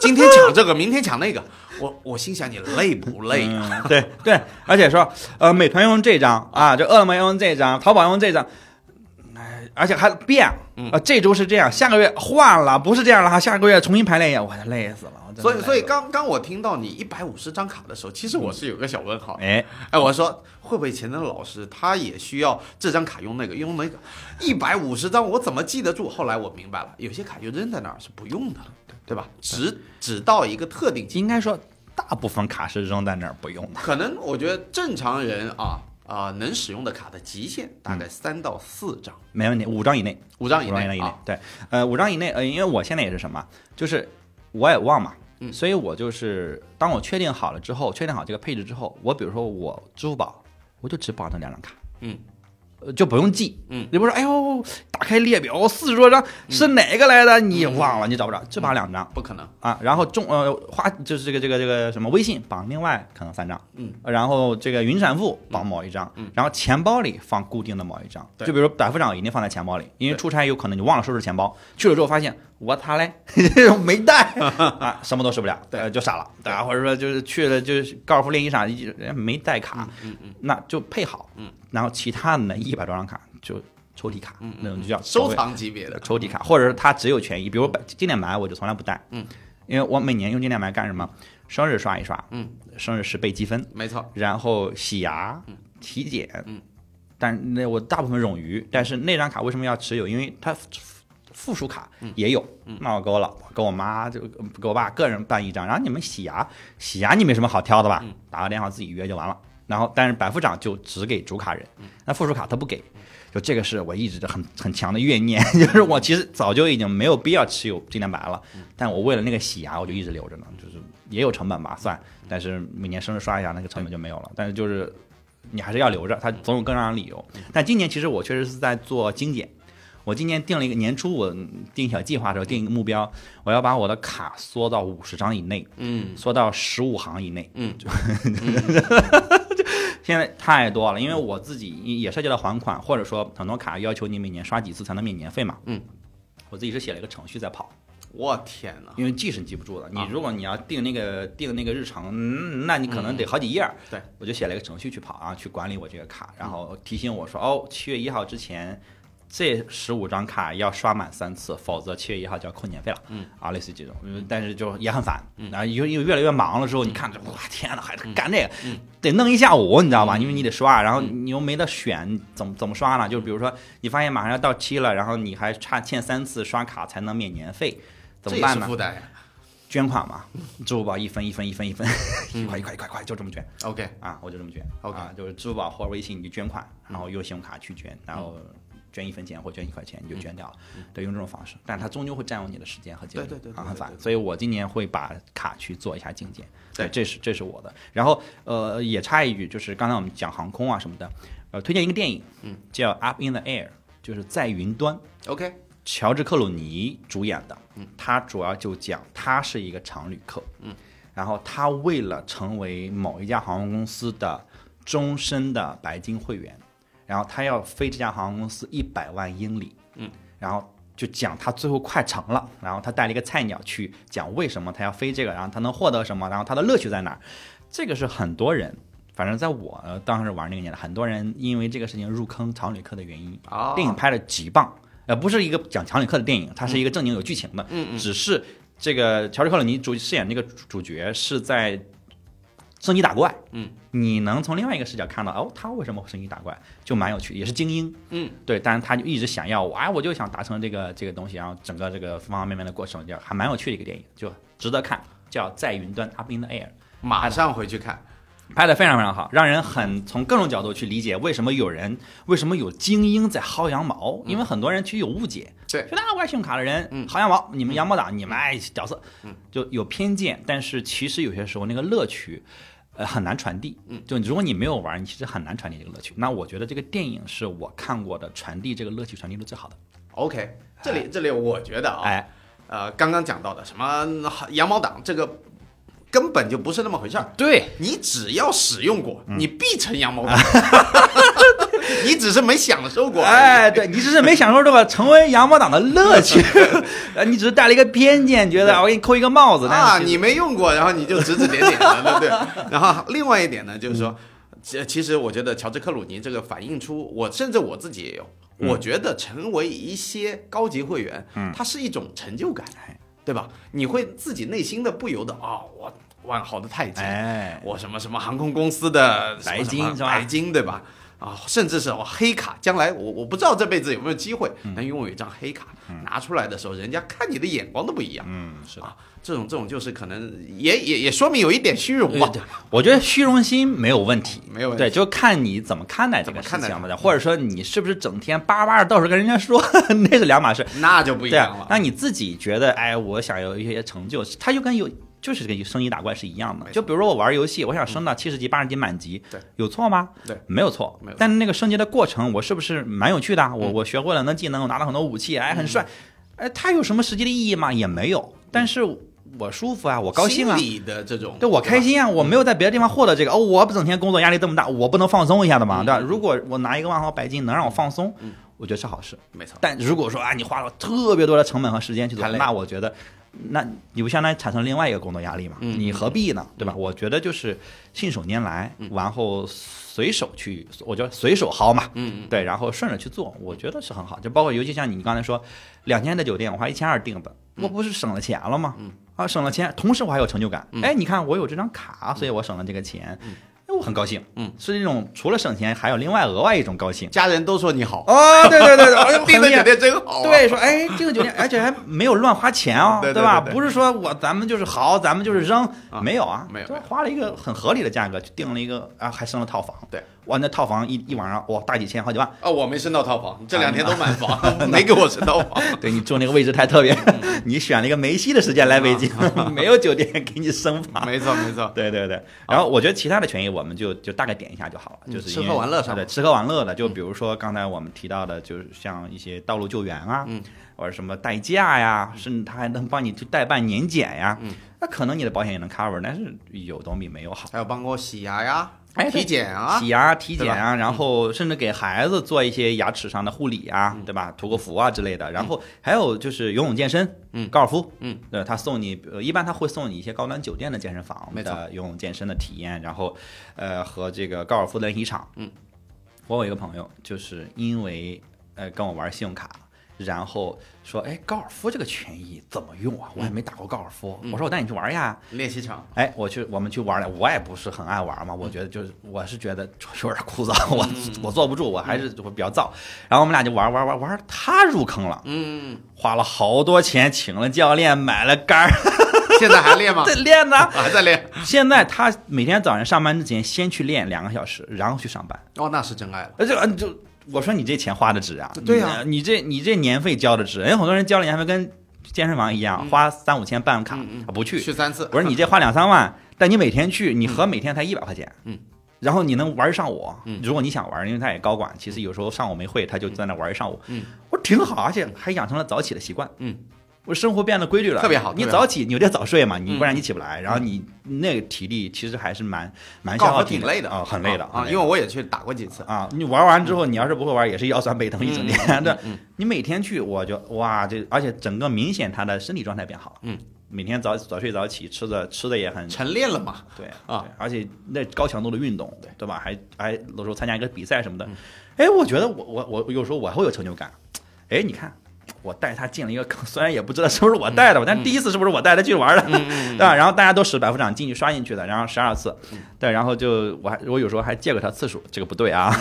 今天抢这个，明天抢那个，我心想你累不累啊？ 对对，而且说美团用这张啊，这饿了么用这张，淘宝用这张。而且还变，这周是这样，下个月换了，不是这样了哈，下个月重新排练一下，我累死了。 所以刚我听到你150张卡的时候，其实我是有个小问号。 哎， 我说会不会钱德老师他也需要这张卡用那个150张，我怎么记得住？后来我明白了，有些卡就扔在那儿是不用的，对吧？只到一个特定期， 应该说大部分卡是扔在那儿不用的。 可能我觉得正常人能使用的卡的极限大概3到4张， 没问题，5张以内 ，5张以内啊。对，5张以内，因为我现在也是什么，就是我也忘嘛，所以我就是当我确定好了之后，确定好这个配置之后，我比如说我支付宝，我就只保那2张卡，就不用记，你不是说哎呦打开列表40多张是哪个来的，你忘了，你找不着，只绑2张， 不可能啊。然后花就是这个什么微信绑另外可能3张，然后这个云闪付绑某一张，然后钱包里放固定的某一张，就比如百夫长一定放在钱包里，因为出差有可能你忘了收拾钱包，去了之后发现我擦嘞没带啊，什么都使不了，就傻了，对吧？或者说就是去了就是高尔夫练习场没带卡，那就配好，然后其他的呢100多张卡就抽屉卡，那种就叫收藏级别的抽屉卡，或者是它只有权益，比如经典白我就从来不带，因为我每年用经典白干什么？生日刷一刷，生日10倍积分， 没错， 然后洗牙、体检，但那我大部分冗余，但是那张卡为什么要持有？因为它附属卡也有，那我给我老婆、给我妈就给我爸个人办1张，然后你们洗牙你没什么好挑的吧？打个电话自己约就完了。然后但是百夫长就只给主卡人，那附属卡他不给。就这个是我一直很强的怨念，就是我其实早就已经没有必要持有经典白了，但我为了那个洗牙我就一直留着呢，就是也有成本吧算，但是每年生日刷一下那个成本就没有了，但是就是你还是要留着，它总有更让人理由。但今年其实我确实是在做精简，我今年定了一个年初我定小计划的时候定一个目标，我要把我的卡缩到50张以内，缩到15行以内，现在太多了，因为我自己也涉及到还款，或者说很多卡要求你每年刷几次才能免年费嘛。我自己是写了一个程序在跑。 我天哪！ 因为记是记不住的，如果你要定那个日程，那你可能得好几页。 对， 我就写了一个程序去跑啊，去管理我这个卡，然后提醒我说7月1号之前。这15张卡要刷满3次，否则7月1号就要扣年费了。类似于这种，但是就也很烦。然后因为越来越忙了之后，你看着哇天哪，还干这个，得弄一下午，你知道吧？因为你得刷，然后你又没得选，怎么刷呢？就比如说你发现马上要到期了，然后你还欠3次刷卡才能免年费，怎么办呢？ 这也是负担呀。 捐款嘛，支付宝1分，1块，就这么捐。 OK 啊，我就这么捐。 OK 就是支付宝或者微信你就捐款，然后用信用卡去捐，然后。捐1分钱或捐1块钱你就捐掉了，对，用这种方式，但它终究会占用你的时间和精力，对，很烦。所以我今年会把卡去做一下精简，对，这是我的。然后也插一句，就是刚才我们讲航空啊什么的，推荐一个电影，叫《Up in the Air》，就是在云端。 OK， 乔治克鲁尼主演的，他主要就讲他是一个常旅客，然后他为了成为某一家航空公司的终身的白金会员。然后他要飞这家航空公司100万英里，然后就讲他最后快成了，然后他带了一个菜鸟去讲为什么他要飞这个，然后他能获得什么，然后他的乐趣在哪儿。这个是很多人，反正在我当时玩那个年代，很多人因为这个事情入坑常旅客的原因。电影拍的极棒，不是一个讲常旅客的电影，它是一个正经有剧情的，只是这个乔治克鲁尼饰演这个主角是在升级打怪，你能从另外一个视角看到，他为什么会升级打怪，就蛮有趣，也是精英，对，但是他就一直想要，我就想达成这个东西，然后整个这个方方面面的过程，就还蛮有趣的一个电影，就值得看，叫《在云端 Up in the Air》， 马上回去看， 拍得非常非常好，让人很从各种角度去理解为什么有精英在薅羊毛，因为很多人其实有误解， 对， 觉得玩信用卡的人薅羊毛，你们羊毛党，你们爱角色，就有偏见，但是其实有些时候那个乐趣。很难传递，就如果你没有玩，你其实很难传递这个乐趣。那我觉得这个电影是我看过的传递这个乐趣传递的最好的。 OK， 这里我觉得刚刚讲到的什么羊毛党，这个根本就不是那么回事儿。 对， 你只要使用过，你必成羊毛党。 你只是没享受过。 哎，对你只是没享受这个成为羊毛党的乐趣，你只是带了一个偏见，觉得我给你扣一个帽子啊，你没用过，然后你就指指点点的，对不对？然后另外一点呢，就是说，其实我觉得乔治克鲁尼这个反映出甚至我自己也有，我觉得成为一些高级会员，它是一种成就感，对吧？你会自己内心的不由得我万豪的钛金，我什么什么航空公司的白金是吧？ 白金，对吧？甚至是黑卡，将来我不知道这辈子有没有机会能拥有一张黑卡，拿出来的时候，人家看你的眼光都不一样。 是的， 这种就是可能也说明有一点虚荣吧。 我觉得虚荣心没有问题， 没有问题， 对，就看你怎么看待这个事情了，或者说你是不是整天巴巴的到处跟人家说，那是两码事， 那就不一样了。 那你自己觉得，我想有一些成就，它就跟就是跟升级打怪是一样的。就比如说我玩游戏，我想升到70级、80级满级，有错吗？ 对， 没有错。但是那个升级的过程，我是不是蛮有趣的？我学会了那技能，我拿到很多武器，很帅。它有什么实际的意义吗？也没有。但是我舒服啊，我高兴啊， 心理的这种， 对我开心啊，我没有在别的地方获得这个。我整天工作压力这么大，我不能放松一下的吗？对吧？如果我拿一个万豪白金能让我放松，我觉得是好事， 没错。 但如果说你花了特别多的成本和时间去做，那我觉得。那你不相当于产生另外一个工作压力嘛？你何必呢？对吧？我觉得就是信手拈来，然后随手去，我觉得随手薅嘛，对，然后顺着去做，我觉得是很好。就包括尤其像你刚才说，2000的酒店我花1200订的，我不是省了钱了吗？省了钱，同时我还有成就感。你看我有这张卡，所以我省了这个钱。我很高兴，是这种除了省钱，还有另外额外一种高兴。 家人都说你好对， 订的酒店真好。 对，说这个酒店，而且还没有乱花钱对吧？不是说咱们就是豪，咱们就是扔，没有啊， 没有， 花了一个很合理的价格去订了一个还升了套房。 对， 那套房一晚上大几千好几万。 我没升到套房，这2天都满房，没给我升到房。 对，你住那个位置太特别，你选了一个梅西的时间来北京，没有酒店给你升房。 没错。 对。然后我觉得其他的权益我们就大概点一下就好了，就是吃喝玩乐上。 对，吃喝玩乐的，就比如说刚才我们提到的，就是像一些道路救援啊，或者什么代驾呀，甚至他还能帮你去代办年检呀，那可能你的保险也能 cover， 但是有总比没有好。 还有帮我洗牙呀。体检啊， 洗牙、体检啊，然后甚至给孩子做一些牙齿上的护理啊，对吧？涂个氟啊之类的。然后还有就是游泳健身，高尔夫，对，他送你，一般他会送你一些高端酒店的健身房的游泳健身的体验，然后和这个高尔夫的练习场。我有一个朋友，就是因为跟我玩信用卡。然后说，高尔夫这个权益怎么用啊？我也没打过高尔夫。我说我带你去玩呀， 练习场。 我们去玩了，我也不是很爱玩嘛。我觉得我是觉得有点枯燥，我坐不住，我还是会比较燥。然后我们俩就玩，他入坑了，花了好多钱，请了教练，买了杆。 现在还练吗？ 在练呢， 还在练。 现在他每天早上上班之前先去练2个小时，然后去上班。 那是真爱了。 就。我说你这钱花的值啊！ 对呀， 你这年费交的值。很多人交了年费跟健身房一样，花3-5千办卡，不去 3次。 我说你这花2-3万，但你每天去，你合每天才100块钱，然后你能玩一上午。如果你想玩，因为他也高管，其实有时候上午没会，他就在那玩一上午。我说挺好，而且还养成了早起的习惯。我生活变得规律了， 特别好。 你早起，你有点早睡嘛，你不然你起不来。然后你那个体力其实还是蛮消耗体力， 挺累的啊，很累的啊。因为我也去打过几次啊。你玩完之后，你要是不会玩，也是腰酸背疼一整天的。你每天去，我就而且整个明显他的身体状态变好了。每天早睡早起，吃的也很晨练了嘛。 对啊，而且那高强度的运动，对吧？还有时候参加一个比赛什么的。我觉得我有时候我会有成就感。你看。我带他进了一个坑，虽然也不知道是不是我带的，但第一次是不是我带他去玩的，对吧？然后大家都使百夫长进去刷进去的，然后12次，对，然后就我有时候还借给他次数，这个不对啊。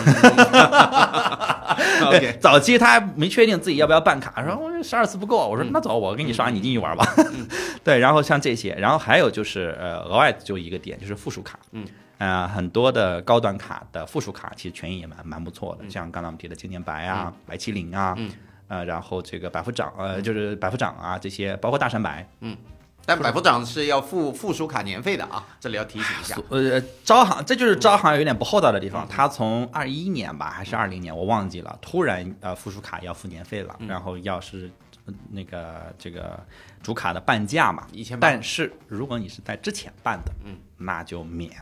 OK， 早期他没确定自己要不要办卡，说我12次不够，我说那走，我给你刷，你进去玩吧。对，然后像这些，然后还有就是额外就一个点就是附属卡，很多的高端卡的附属卡其实权益也蛮不错的，像刚才我们提的经典白啊、白麒麟啊。然后这个百夫长，就是百夫长啊，这些包括大山白， 但百夫长是要附属卡年费的啊，这里要提醒一下。 招行，这就是招行有点不厚道的地方，他从21年吧还是20年我忘记了，突然附属卡要付年费了，然后要是那个这个主卡的半价嘛，1800，但是如果你是在之前办的，那就免。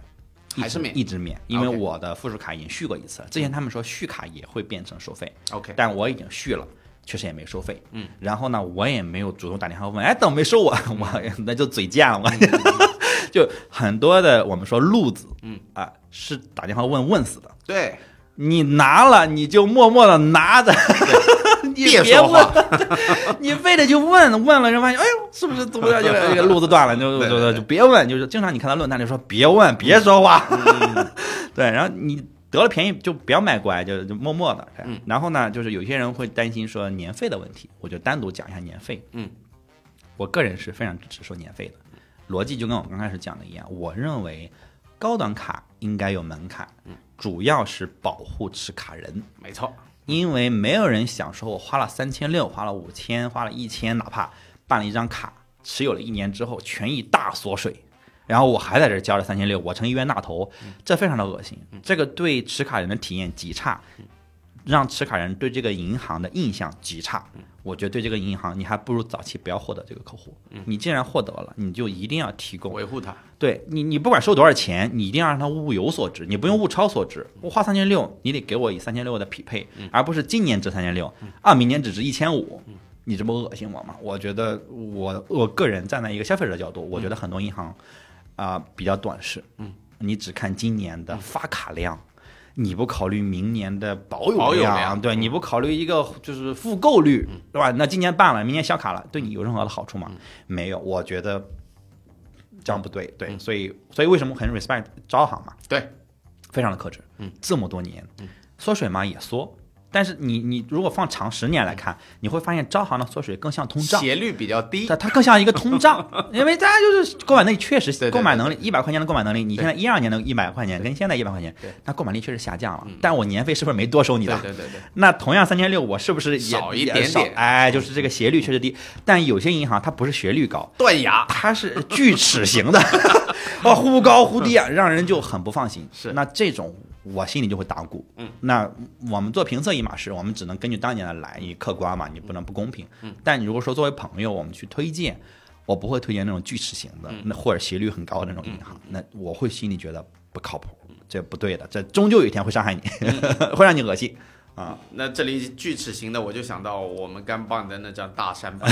还是免一直免，因为 OK 我的附属卡已经续过一次了。之前他们说续卡也会变成收费 OK 但我已经续了。确实也没收费，然后呢，我也没有主动打电话问，哎，怎么没收我？那就嘴贱了，就很多的我们说路子，是打电话问死的。 对， 你拿了你就默默的拿着，你别别问说话， 你非得去问了，人发现，哎呦，是不是怎么着这个路子断了？就别问，就是经常你看到论坛里说别问，别说话，对，然后你。得了便宜就不要卖乖，就默默的。然后呢，就是有些人会担心说年费的问题，我就单独讲一下年费。我个人是非常支持收年费的，逻辑就跟我刚开始讲的一样。我认为高端卡应该有门槛，主要是保护持卡人。 没错， 因为没有人想说我花了3600，花了5000，花了1000，哪怕办了一张卡，持有了1年之后权益大缩水。然后我还在这交了3600，我成一冤大头，这非常的恶心。这个对持卡人的体验极差，让持卡人对这个银行的印象极差。我觉得对这个银行，你还不如早期不要获得这个客户。你既然获得了，你就一定要提供维护它。 对你不管收多少钱，你一定要让它物有所值，你不用物超所值。我花3600，你得给我以3600的匹配，而不是今年值3600，明年只值1500。你这不恶心我吗？我觉得我个人站在一个消费者的角度，我觉得很多银行。比较短视，你只看今年的发卡量，你不考虑明年的保有量，对，你不考虑一个就是复购率，对吧？那今年办了，明年销卡了，对你有任何的好处吗？没有，我觉得这样不对，对，所以为什么很 respect 招行嘛？ 对， 非常的克制，这么多年，缩水嘛也缩。但是你如果放长10年来看，你会发现招行的缩水更像通胀， 斜率比较低， 它更像一个通胀，因为大家就是购买能力确实购买能力100块钱的购买能力，你现在12年的100块钱跟现在100块钱，那购买力确实下降了。但我年费是不是没多收你的？ 对， 那同样3600，我是不是也少一点点？ 哎，就是这个斜率确实低。但有些银行它不是斜率高， 断崖， 它是锯齿型的，忽高忽低啊，让人就很不放心。 是， 那这种。我心里就会打鼓，那我们做评测一码事，我们只能根据当年的来，你客观嘛，你不能不公平。但你如果说作为朋友，我们去推荐，我不会推荐那种锯齿型的，那或者斜率很高的那种银行，那我会心里觉得不靠谱，这不对的，这终究有一天会伤害你，会让你恶心啊。 那这里锯齿型的，我就想到我们刚办的那张大山办，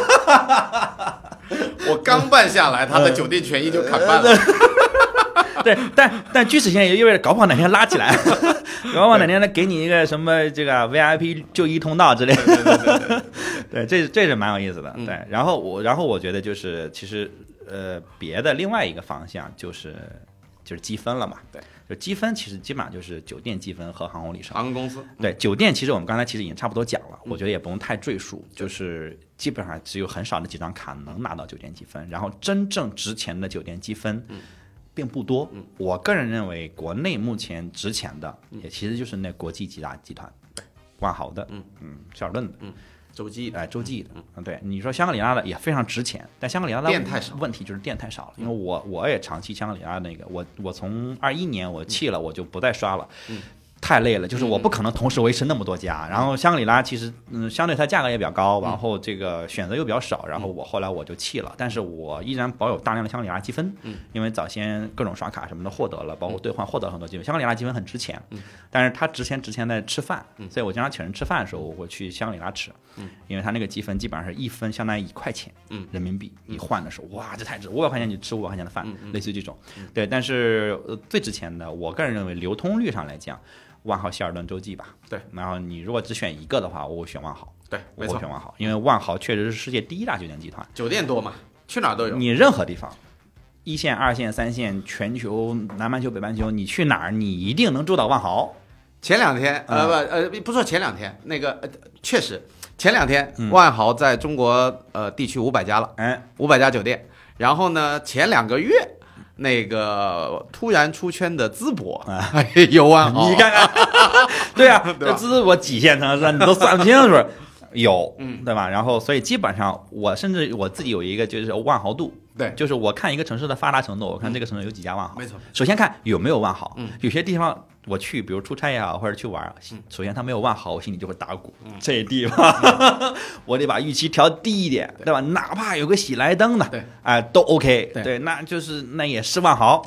我刚办下来，他的酒店权益就砍半了。 对，但锯齿型也意味着搞不好哪天拉起来，搞不好哪天他给你一个什么这个 VIP 就医通道之类的，对，这是蛮有意思的。对，然后我觉得就是其实别的另外一个方向就是积分了嘛，对，就积分其实基本上就是酒店积分和航空里程、 航空公司。 对，酒店其实我们刚才其实已经差不多讲了，我觉得也不用太赘述，就是基本上只有很少的几张卡能拿到酒店积分，然后真正值钱的酒店积分。并不多，我个人认为国内目前值钱的，也其实就是那国际几大集团，万豪的，希尔顿的， 洲际的， 洲际的，对，你说香格里拉的也非常值钱，但香格里拉的店太少， 问题就是店太少了，因为我也长期香格里拉那个，我从21年我弃了，我就不再刷了。太累了，就是我不可能同时维持那么多家。然后香格里拉其实，相对它价格也比较高，然后这个选择又比较少，然后后来我就弃了。但是我依然保有大量的香格里拉积分，因为早先各种刷卡什么的获得了，包括兑换获得了很多积分。香格里拉积分很值钱，但是它值钱在吃饭，所以我经常请人吃饭的时候，我会去香格里拉吃，因为它那个积分基本上是1分相当于1块钱人民币，你换的时候，哇，这太值，500块钱你吃500块钱的饭，类似于这种。对，但是最值钱的，我个人认为流通率上来讲。万豪、希尔顿、洲际吧， 对。 然后你如果只选一个的话，我会选万豪。 对， 我会选万豪，因为万豪确实是世界第1大酒店集团， 酒店多嘛，去哪儿都有。 你任何地方，1线、2线、3线，全球南半球、北半球，你去哪儿，你一定能住到万豪。 前2天，不说前2天，那个确实前2天，万豪在中国地区500家了，500家酒店。然后呢，前2个月。那个突然出圈的淄博有万豪， 你看看，对啊，这淄博几线城市你都算不清楚，有，对吧？然后所以基本上甚至我自己有一个就是万豪度， 对， 就是我看一个城市的发达程度，我看这个城市有几家万豪， 没错。 首先看有没有万豪，有些地方我去，比如出差也好，或者去玩，首先它没有万豪，我心里就会打鼓，这地方我得把预期调低一点，对吧？哪怕有个喜来登的， 对， 都 OK， 对，那就是那也是万豪， 对。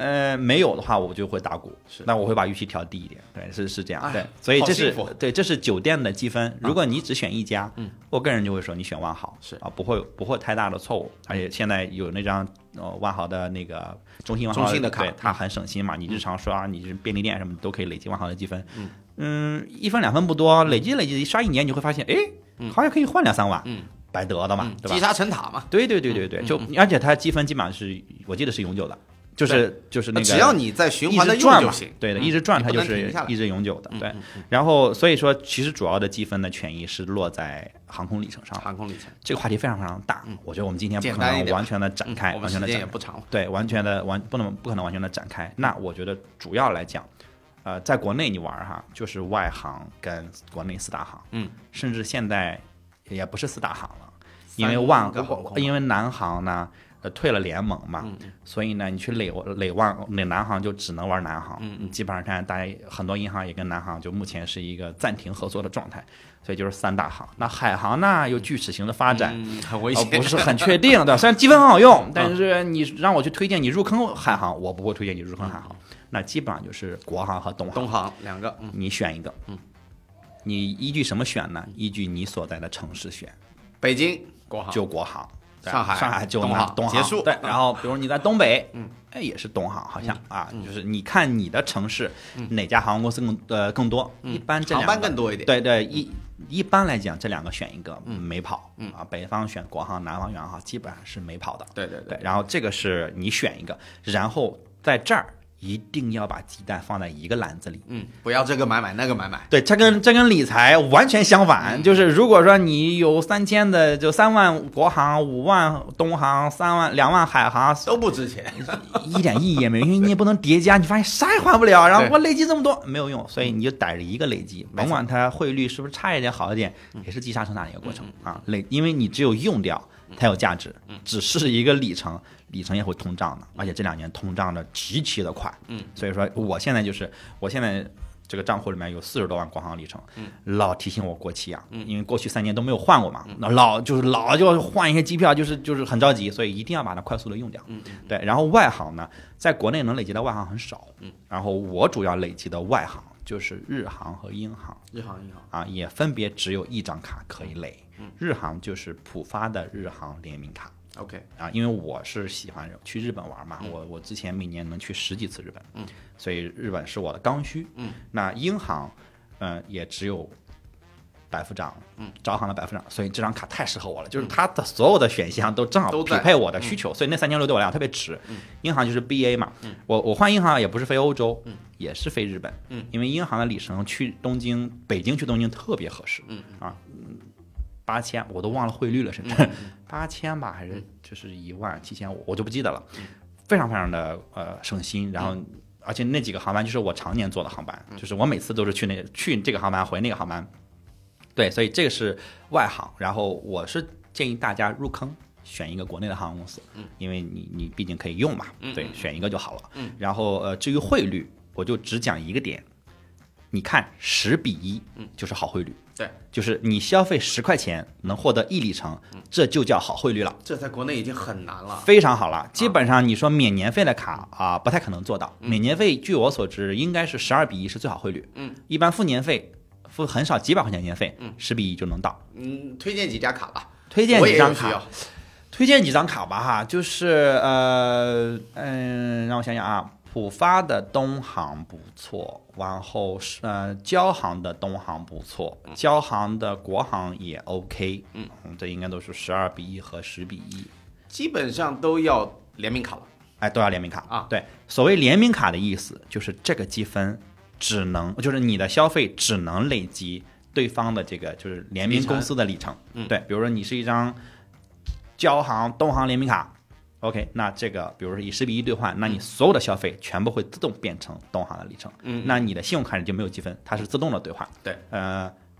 没有的话我就会打鼓， 是那我会把预期调低一点，对，是这样， 哎对，所以这是好幸福对，这是酒店的积分。如果你只选一家，我个人就会说你选万豪， 是啊，不会太大的错误，而且现在有那张万豪的那个中信万豪中信的卡对，它很省心嘛，你日常刷你是便利店什么都可以累积万豪的积分，1分2分不多，累积刷1年，你会发现，哎，好像可以换2-3万，白得的嘛，对吧？ 积沙成塔嘛。 对，就而且它积分基本上是我记得是永久的。就是那个， 只要你在循环的用就行。 对的，一直转它就是一直永久的。对，然后所以说，其实主要的积分的权益是落在航空里程上。 航空里程这个话题非常非常大，我觉得我们今天不可能完全的展开， 我们时间也不长。 对，不可能完全的展开。那我觉得主要来讲，在国内你玩哈，就是外航跟国内4大航，甚至现在也不是4大航了，因为南航呢。退了联盟嘛，所以呢，你去垒南航就只能玩南航，基本上看大家很多银行也跟南航就目前是一个暂停合作的状态，所以就是3大航。那海航呢又锯齿形的发展， 很危险， 不是很确定的。虽然积分很好用，但是你让我去推荐你入坑海航，我不会推荐你入坑海航。那基本上就是国航和东航2个， 你选一个，你依据什么选呢？依据你所在的城市选。 北京国航就国航。 上海就东航结束。对，然后比如你在东北，也是东航，好像就是你看你的城市哪家航空公司更多，一般这航班更多一点。 对，一般来讲这2个选一个没跑，北方选国航，南方远航基本上是没跑的。 对， 然后这个是你选一个，然后在这儿。一定要把鸡蛋放在一个篮子里， 不要这个买那个买。 对，这跟理财完全相反，就是如果说你有3000的，就3万国航，5万东航，2万海航都不值钱， 一点意义也没有，因为你也不能叠加，你发现啥也换不了，然后我累积这么多没有用，所以你就逮着一个累积，甭管它汇率是不是差一点好一点，也是积沙成塔的一个过程啊，因为你只有用掉才有价值，只是一个里程也会通胀的，而且这2年通胀的极其的快，所以说我现在这个账户里面有40多万国航里程，老提醒我过期啊，因为过去3年都没有换过嘛，那老就换一些机票，就是很着急，所以一定要把它快速的用掉，对，然后外航呢，在国内能累积的外航很少，然后我主要累积的外航就是日航和英航，啊，也分别只有1张卡可以累，日航就是浦发的日航联名卡。 OK 啊，因为我是喜欢去日本玩嘛，我之前每年能去10几次日本，所以日本是我的刚需。那英航，也只有百夫长，招行的百夫长，所以这张卡太适合我了，就是它的所有的选项都正好匹配我的需求，所以那3600对我来讲特别值。英航就是 BA 嘛，我换英航也不是飞欧洲，也是飞日本，因为英航的里程去北京去东京特别合适，8000我都忘了汇率了，甚至8000吧，还是就是17500，我就不记得了，非常非常的省心，然后而且那几个航班就是我常年坐的航班，就是我每次都是去这个航班回那个航班，对，所以这个是外航，然后我是建议大家入坑选一个国内的航空公司，因为你毕竟可以用嘛，对，选一个就好了，然后至于汇率，我就只讲一个点，你看10:1，就是好汇率。 对， 就是你消费10块钱能获得1里程，这就叫好汇率了。 这在国内已经很难了， 非常好了。基本上你说免年费的卡啊，不太可能做到。免年费据我所知应该是12:1是最好汇率。一般付年费付很少几百块钱年费，10:1就能到。 推荐几家卡吧。 推荐几张卡。推荐几张卡吧哈，就是让我想想啊。浦发的东航不错，然后交航的东航不错，交航的国航也 OK，这应该都是12:1和10:1， 基本上都要联名卡了， 哎，都要联名卡啊。 对，所谓联名卡的意思就是这个积分就是你的消费只能累积对方的这个就是联名公司的里程，对，比如说你是一张交航、东航联名卡。OK， 那这个比如说以10:1兑换，那你所有的消费全部会自动变成东航的里程，那你的信用卡里就没有积分，它是自动的兑换。 对，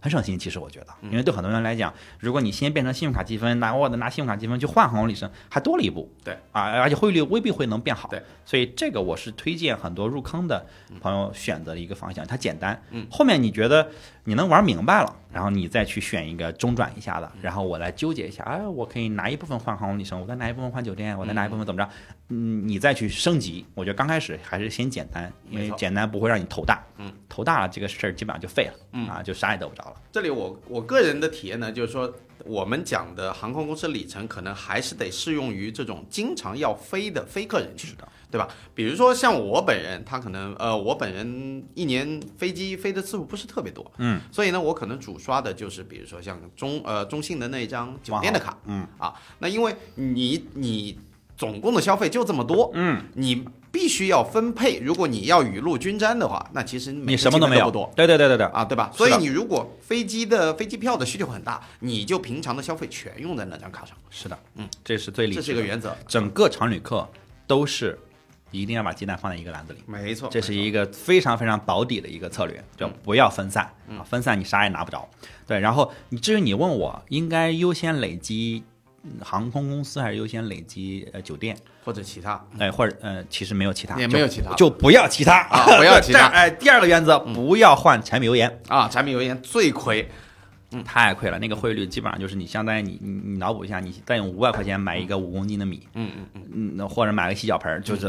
很省心。其实我觉得，因为对很多人来讲，如果你先变成信用卡积分，拿信用卡积分去换航空里程，还多了一步。 对啊，而且汇率未必会能变好。 对， 所以这个我是推荐很多入坑的朋友选择的一个方向，它简单。后面你觉得你能玩明白了，然后你再去选一个中转一下的，然后我来纠结一下，哎，我可以拿一部分换航空里程，我再拿一部分换酒店，我再拿一部分怎么着？你再去升级。我觉得刚开始还是先简单，因为简单不会让你头大。头大了这个事儿基本上就废了。就啥也得不着了。 这里我个人的体验呢，就是说我们讲的航空公司里程，可能还是得适用于这种经常要飞的飞客人群，对吧？比如说像我本人，他可能我本人一年飞机飞的次数不是特别多，所以呢，我可能主刷的就是比如说像中信的那一张酒店的卡，那因为你总共的消费就这么多，你必须要分配。如果你要雨露均沾的话，那其实你什么都没有， 不多。 对啊，对吧？所以你如果飞机票的需求很大，你就平常的消费全用在那张卡上。 是的，这是最理智的， 这是一个原则。 整个常旅客都是一定要把鸡蛋放在一个篮子里， 没错， 这是一个非常非常保底的一个策略，就不要分散，分散你啥也拿不着。对，然后至于你问我应该优先累积航空公司还是优先累积酒店或者其他， 或者其实没有其他， 也没有其他， 就不要其他啊，不要其他。 第二个原则，不要换柴米油盐啊，柴米油盐最亏。 太亏了，那个汇率基本上就是你相当于你脑补一下，你再用500块钱买一个5公斤的米，或者买个洗脚盆，就是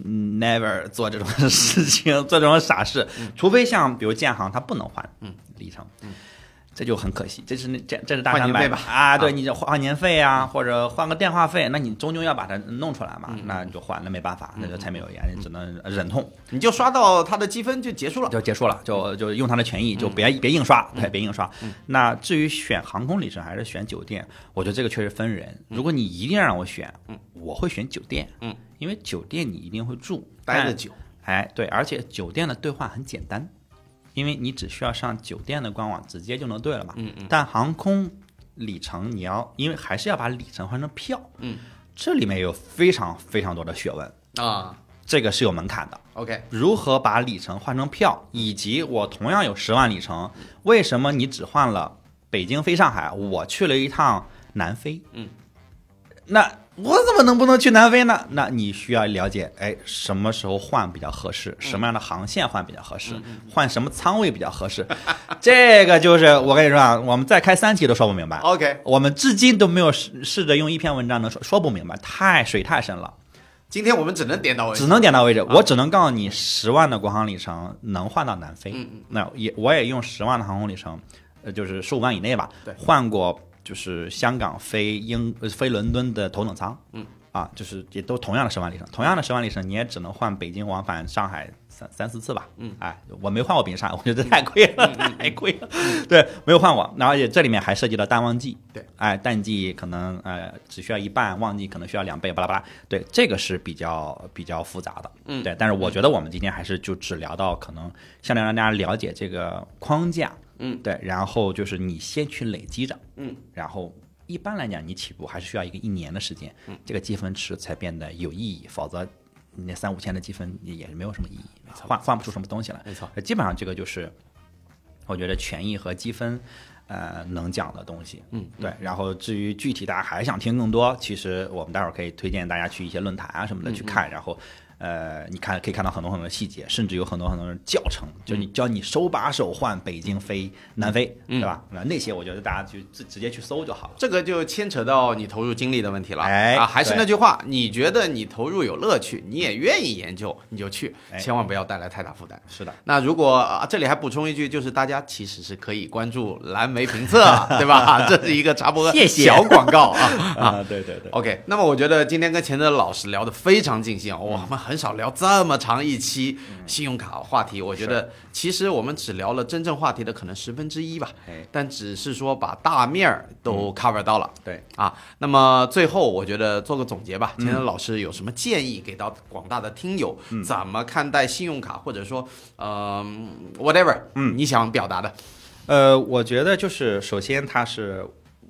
never 做这种事情，做这种傻事，除非像比如建行，它不能换里程。这就很可惜，这是大家买吧对，你换年费啊，或者换个电话费，那你终究要把它弄出来嘛，那你就换，那没办法，那就柴米油盐，你只能忍痛， 你就刷到它的积分就结束了， 就用它的权益，就别硬刷，对，别硬刷。那至于选航空里程还是选酒店，我觉得这个确实分人。如果你一定让我选，我会选酒店，因为酒店你一定会住， 待得久， 对，而且酒店的兑换很简单。因为你只需要上酒店的官网直接就能兑了嘛，但航空里程你因为还是要把里程换成票，这里面有非常非常多的学问啊， 这个是有门槛的。 OK， 如何把里程换成票，以及我同样有10万里程，为什么你只换了北京飞上海，我去了一趟南非，那我怎么不能去南非呢？那你需要了解，什么时候换比较合适，什么样的航线换比较合适，换什么舱位比较合适，这个就是我跟你说啊，我们再开3期都说不明白。 OK， 我们至今都没有试着用一篇文章能说不明白，水太深了。 今天我们只能点到为止，我只能告诉你10万的国航里程能换到南非，那我也用10万的航空里程，就是15万以内吧，换过。就是香港飞伦敦的头等舱，就是也都同样的10万里程，同样的10万里程，你也只能换北京往返上海3-4次吧，我没换过北京上海，我觉得太贵了，太贵了，对，没有换过，然后这里面还涉及到淡旺季， 对， 淡季可能只需要1半，旺季可能需要2倍，巴拉巴拉，对，这个是比较复杂的，对，但是我觉得我们今天还是就只聊到可能相对让大家了解这个框架。对，然后就是你先去累积着，然后一般来讲你起步还是需要1年的时间，这个积分池才变得有意义，否则那3-5千的积分也没有什么意义，换不出什么东西来。 没错， 基本上这个就是我觉得权益和积分能讲的东西，对。然后至于具体大家还想听更多，其实我们待会儿可以推荐大家去一些论坛啊什么的去看，然后。你可以看到很多很多细节，甚至有很多很多教程，就教你手把手换北京飞南非，对吧？那些我觉得大家就直接去搜就好了。 这个就牵扯到你投入精力的问题了，还是那句话，你觉得你投入有乐趣，你也愿意研究，你就去，千万不要带来太大负担。 是的。 那如果这里还补充一句，就是大家其实是可以关注蓝莓评测，对吧？这是一个插播小广告对。 OK， 那么我觉得今天跟钱德老师聊得非常尽兴，我们很少聊这么长一期信用卡话题，我觉得其实我们只聊了真正话题的可能1/10吧，但只是说把大面都 cover 到了。 对那么最后我觉得做个总结吧，钱德老师有什么建议给到广大的听友，怎么看待信用卡，或者说whatever 你想表达的？ 我觉得就是首先它是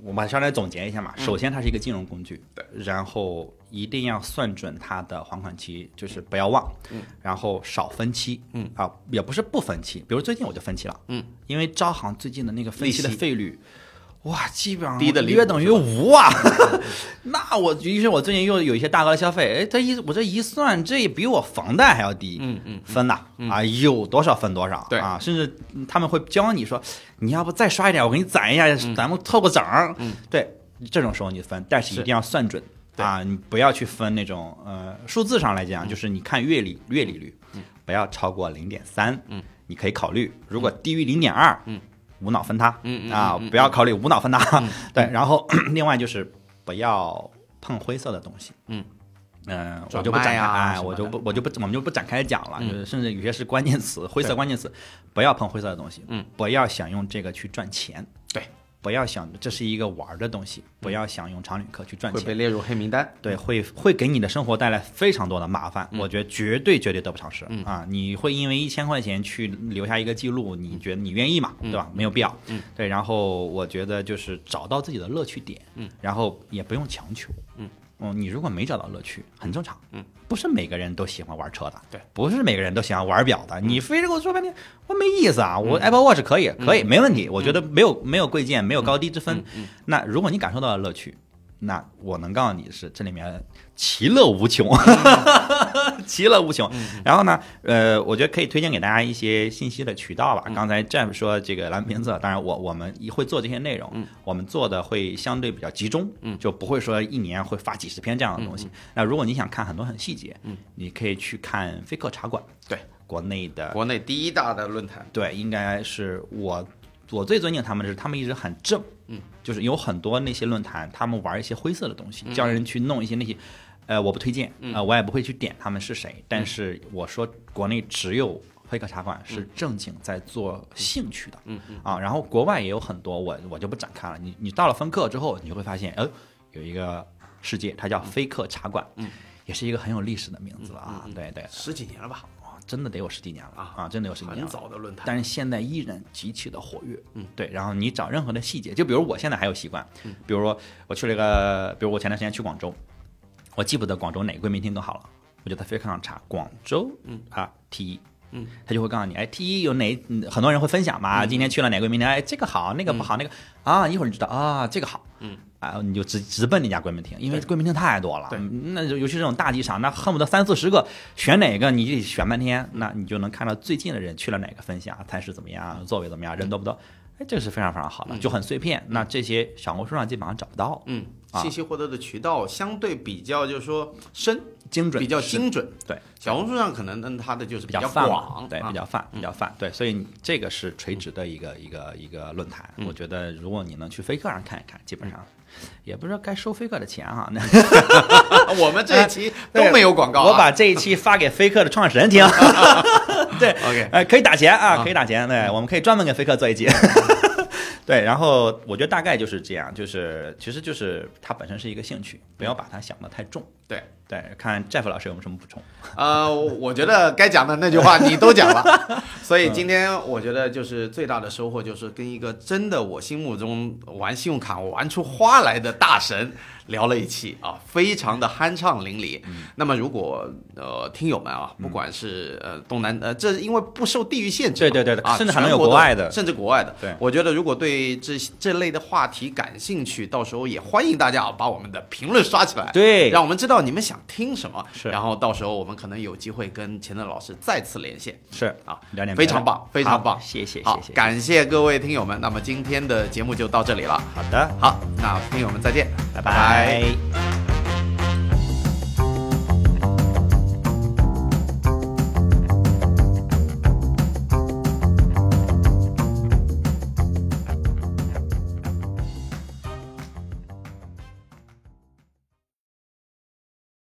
我们稍微总结一下嘛。首先，它是一个金融工具，然后一定要算准它的还款期，就是不要忘，然后少分期，也不是不分期，比如最近我就分期了，因为招行最近的那个分期的费率。哇，基本上低的约等于无啊！那于是我最近又有一些大额的消费，我这一算，这比我房贷还要低，分呐啊，有多少分多少， 对啊，甚至他们会教你说，你要不再刷一点，我给你攒一下，咱们凑个整，对，这种时候你分，但是一定要算准啊，你不要去分那种数字上来讲，就是你看月利率，不要超过0.3，你可以考虑，如果低于0.2，无脑分它，不要考虑无脑分它，对。然后另外就是不要碰灰色的东西，我就不展开，我们就不展开讲了，就是甚至有些是关键词，灰色关键词，不要碰灰色的东西，不要想用这个去赚钱， 对。 不要想这是一个玩的东西，不要想用常旅客去赚钱， 会被列入黑名单。 对，会给你的生活带来非常多的麻烦，我觉得绝对得不偿失啊！你会因为1000块钱去留下一个记录，你觉得你愿意吗？对吧？没有必要。对，然后我觉得就是找到自己的乐趣点，然后也不用强求。你如果没找到乐趣，很正常。不是每个人都喜欢玩车的， 对， 不是每个人都喜欢玩表的。你非得给我说半天，我没意思啊！我 Apple Watch 可以，没问题。我觉得没有贵贱，没有高低之分。那如果你感受到了乐趣，那我能告诉你是这里面其乐无穷，其乐无穷。然后呢，我觉得可以推荐给大家一些信息的渠道吧。刚才 Jeff 说这个蓝评测，当然我们会做这些内容，我们做的会相对比较集中，就不会说一年会发几十篇这样的东西。那如果你想看很多很细节，你可以去看飞客茶馆， 对， 国内第一大的论坛， 对，应该是我最尊敬他们的是，他们一直很正，就是有很多那些论坛，他们玩一些灰色的东西，叫人去弄一些那些，我不推荐，我也不会去点他们是谁，但是我说国内只有飞客茶馆是正经在做兴趣的，然后国外也有很多，我就不展开了。你到了芬克之后，你就会发现，有一个世界，它叫飞客茶馆，也是一个很有历史的名字了啊，对 10几年了吧。 真的得有10几年了啊！真的有10几年了， 很早的论坛， 但是现在依然极其的活跃。对。然后你找任何的细节，就比如我现在还有习惯，比如说我去了一个，比如我前段时间去广州，我记不得广州哪个贵宾厅更好了，我就在飞客上查广州T1，他就会告诉你，T1有哪，很多人会分享嘛，今天去了哪个贵宾厅，这个好，那个不好，那个一会儿你知道这个好，你就直奔那家贵宾厅，因为贵宾厅太多了，那尤其这种大机场，那恨不得30-40个，选哪个你得选半天，那你就能看到最近的人去了哪个分享，餐食怎么样，座位怎么样，人多不多，这个是非常非常好的，就很碎片，那这些小红书上基本上找不到， 信息获得的渠道相对比较就是说精准， 比较精准， 对， 小红书上可能它的就是比较广，对，比较泛，对，所以这个是垂直的一个论坛，我觉得如果你能去飞客上看一看，基本上也不知道该收飞客的钱哈。 我们这一期都没有广告， 我把这一期发给飞客的创始人听，对 ，OK， 可以打钱啊，可以打钱，对，我们可以专门给飞客做一集。对，然后我觉得大概就是这样，就是其实就是它本身是一个兴趣，不要把它想得太重。对，看 Jeff 老师有什么补充？ 我觉得该讲的那句话你都讲了，所以今天我觉得就是最大的收获就是跟一个真的我心目中玩信用卡玩出花来的大神聊了一期啊，非常的酣畅淋漓。那么如果听友们不管是东南这因为不受地域限制， 对，甚至还能有国外的， 甚至国外的。对，我觉得如果对这类的话题感兴趣，到时候也欢迎大家把我们的评论刷起来， 对， 让我们知道你们想听什么， 是， 然后到时候我们可能有机会跟钱德老师再次连线， 是啊， 聊点非常棒，非常棒， 谢谢， 好，感谢各位听友们，那么今天的节目就到这里了， 好的， 好，那听友们再见， 拜拜。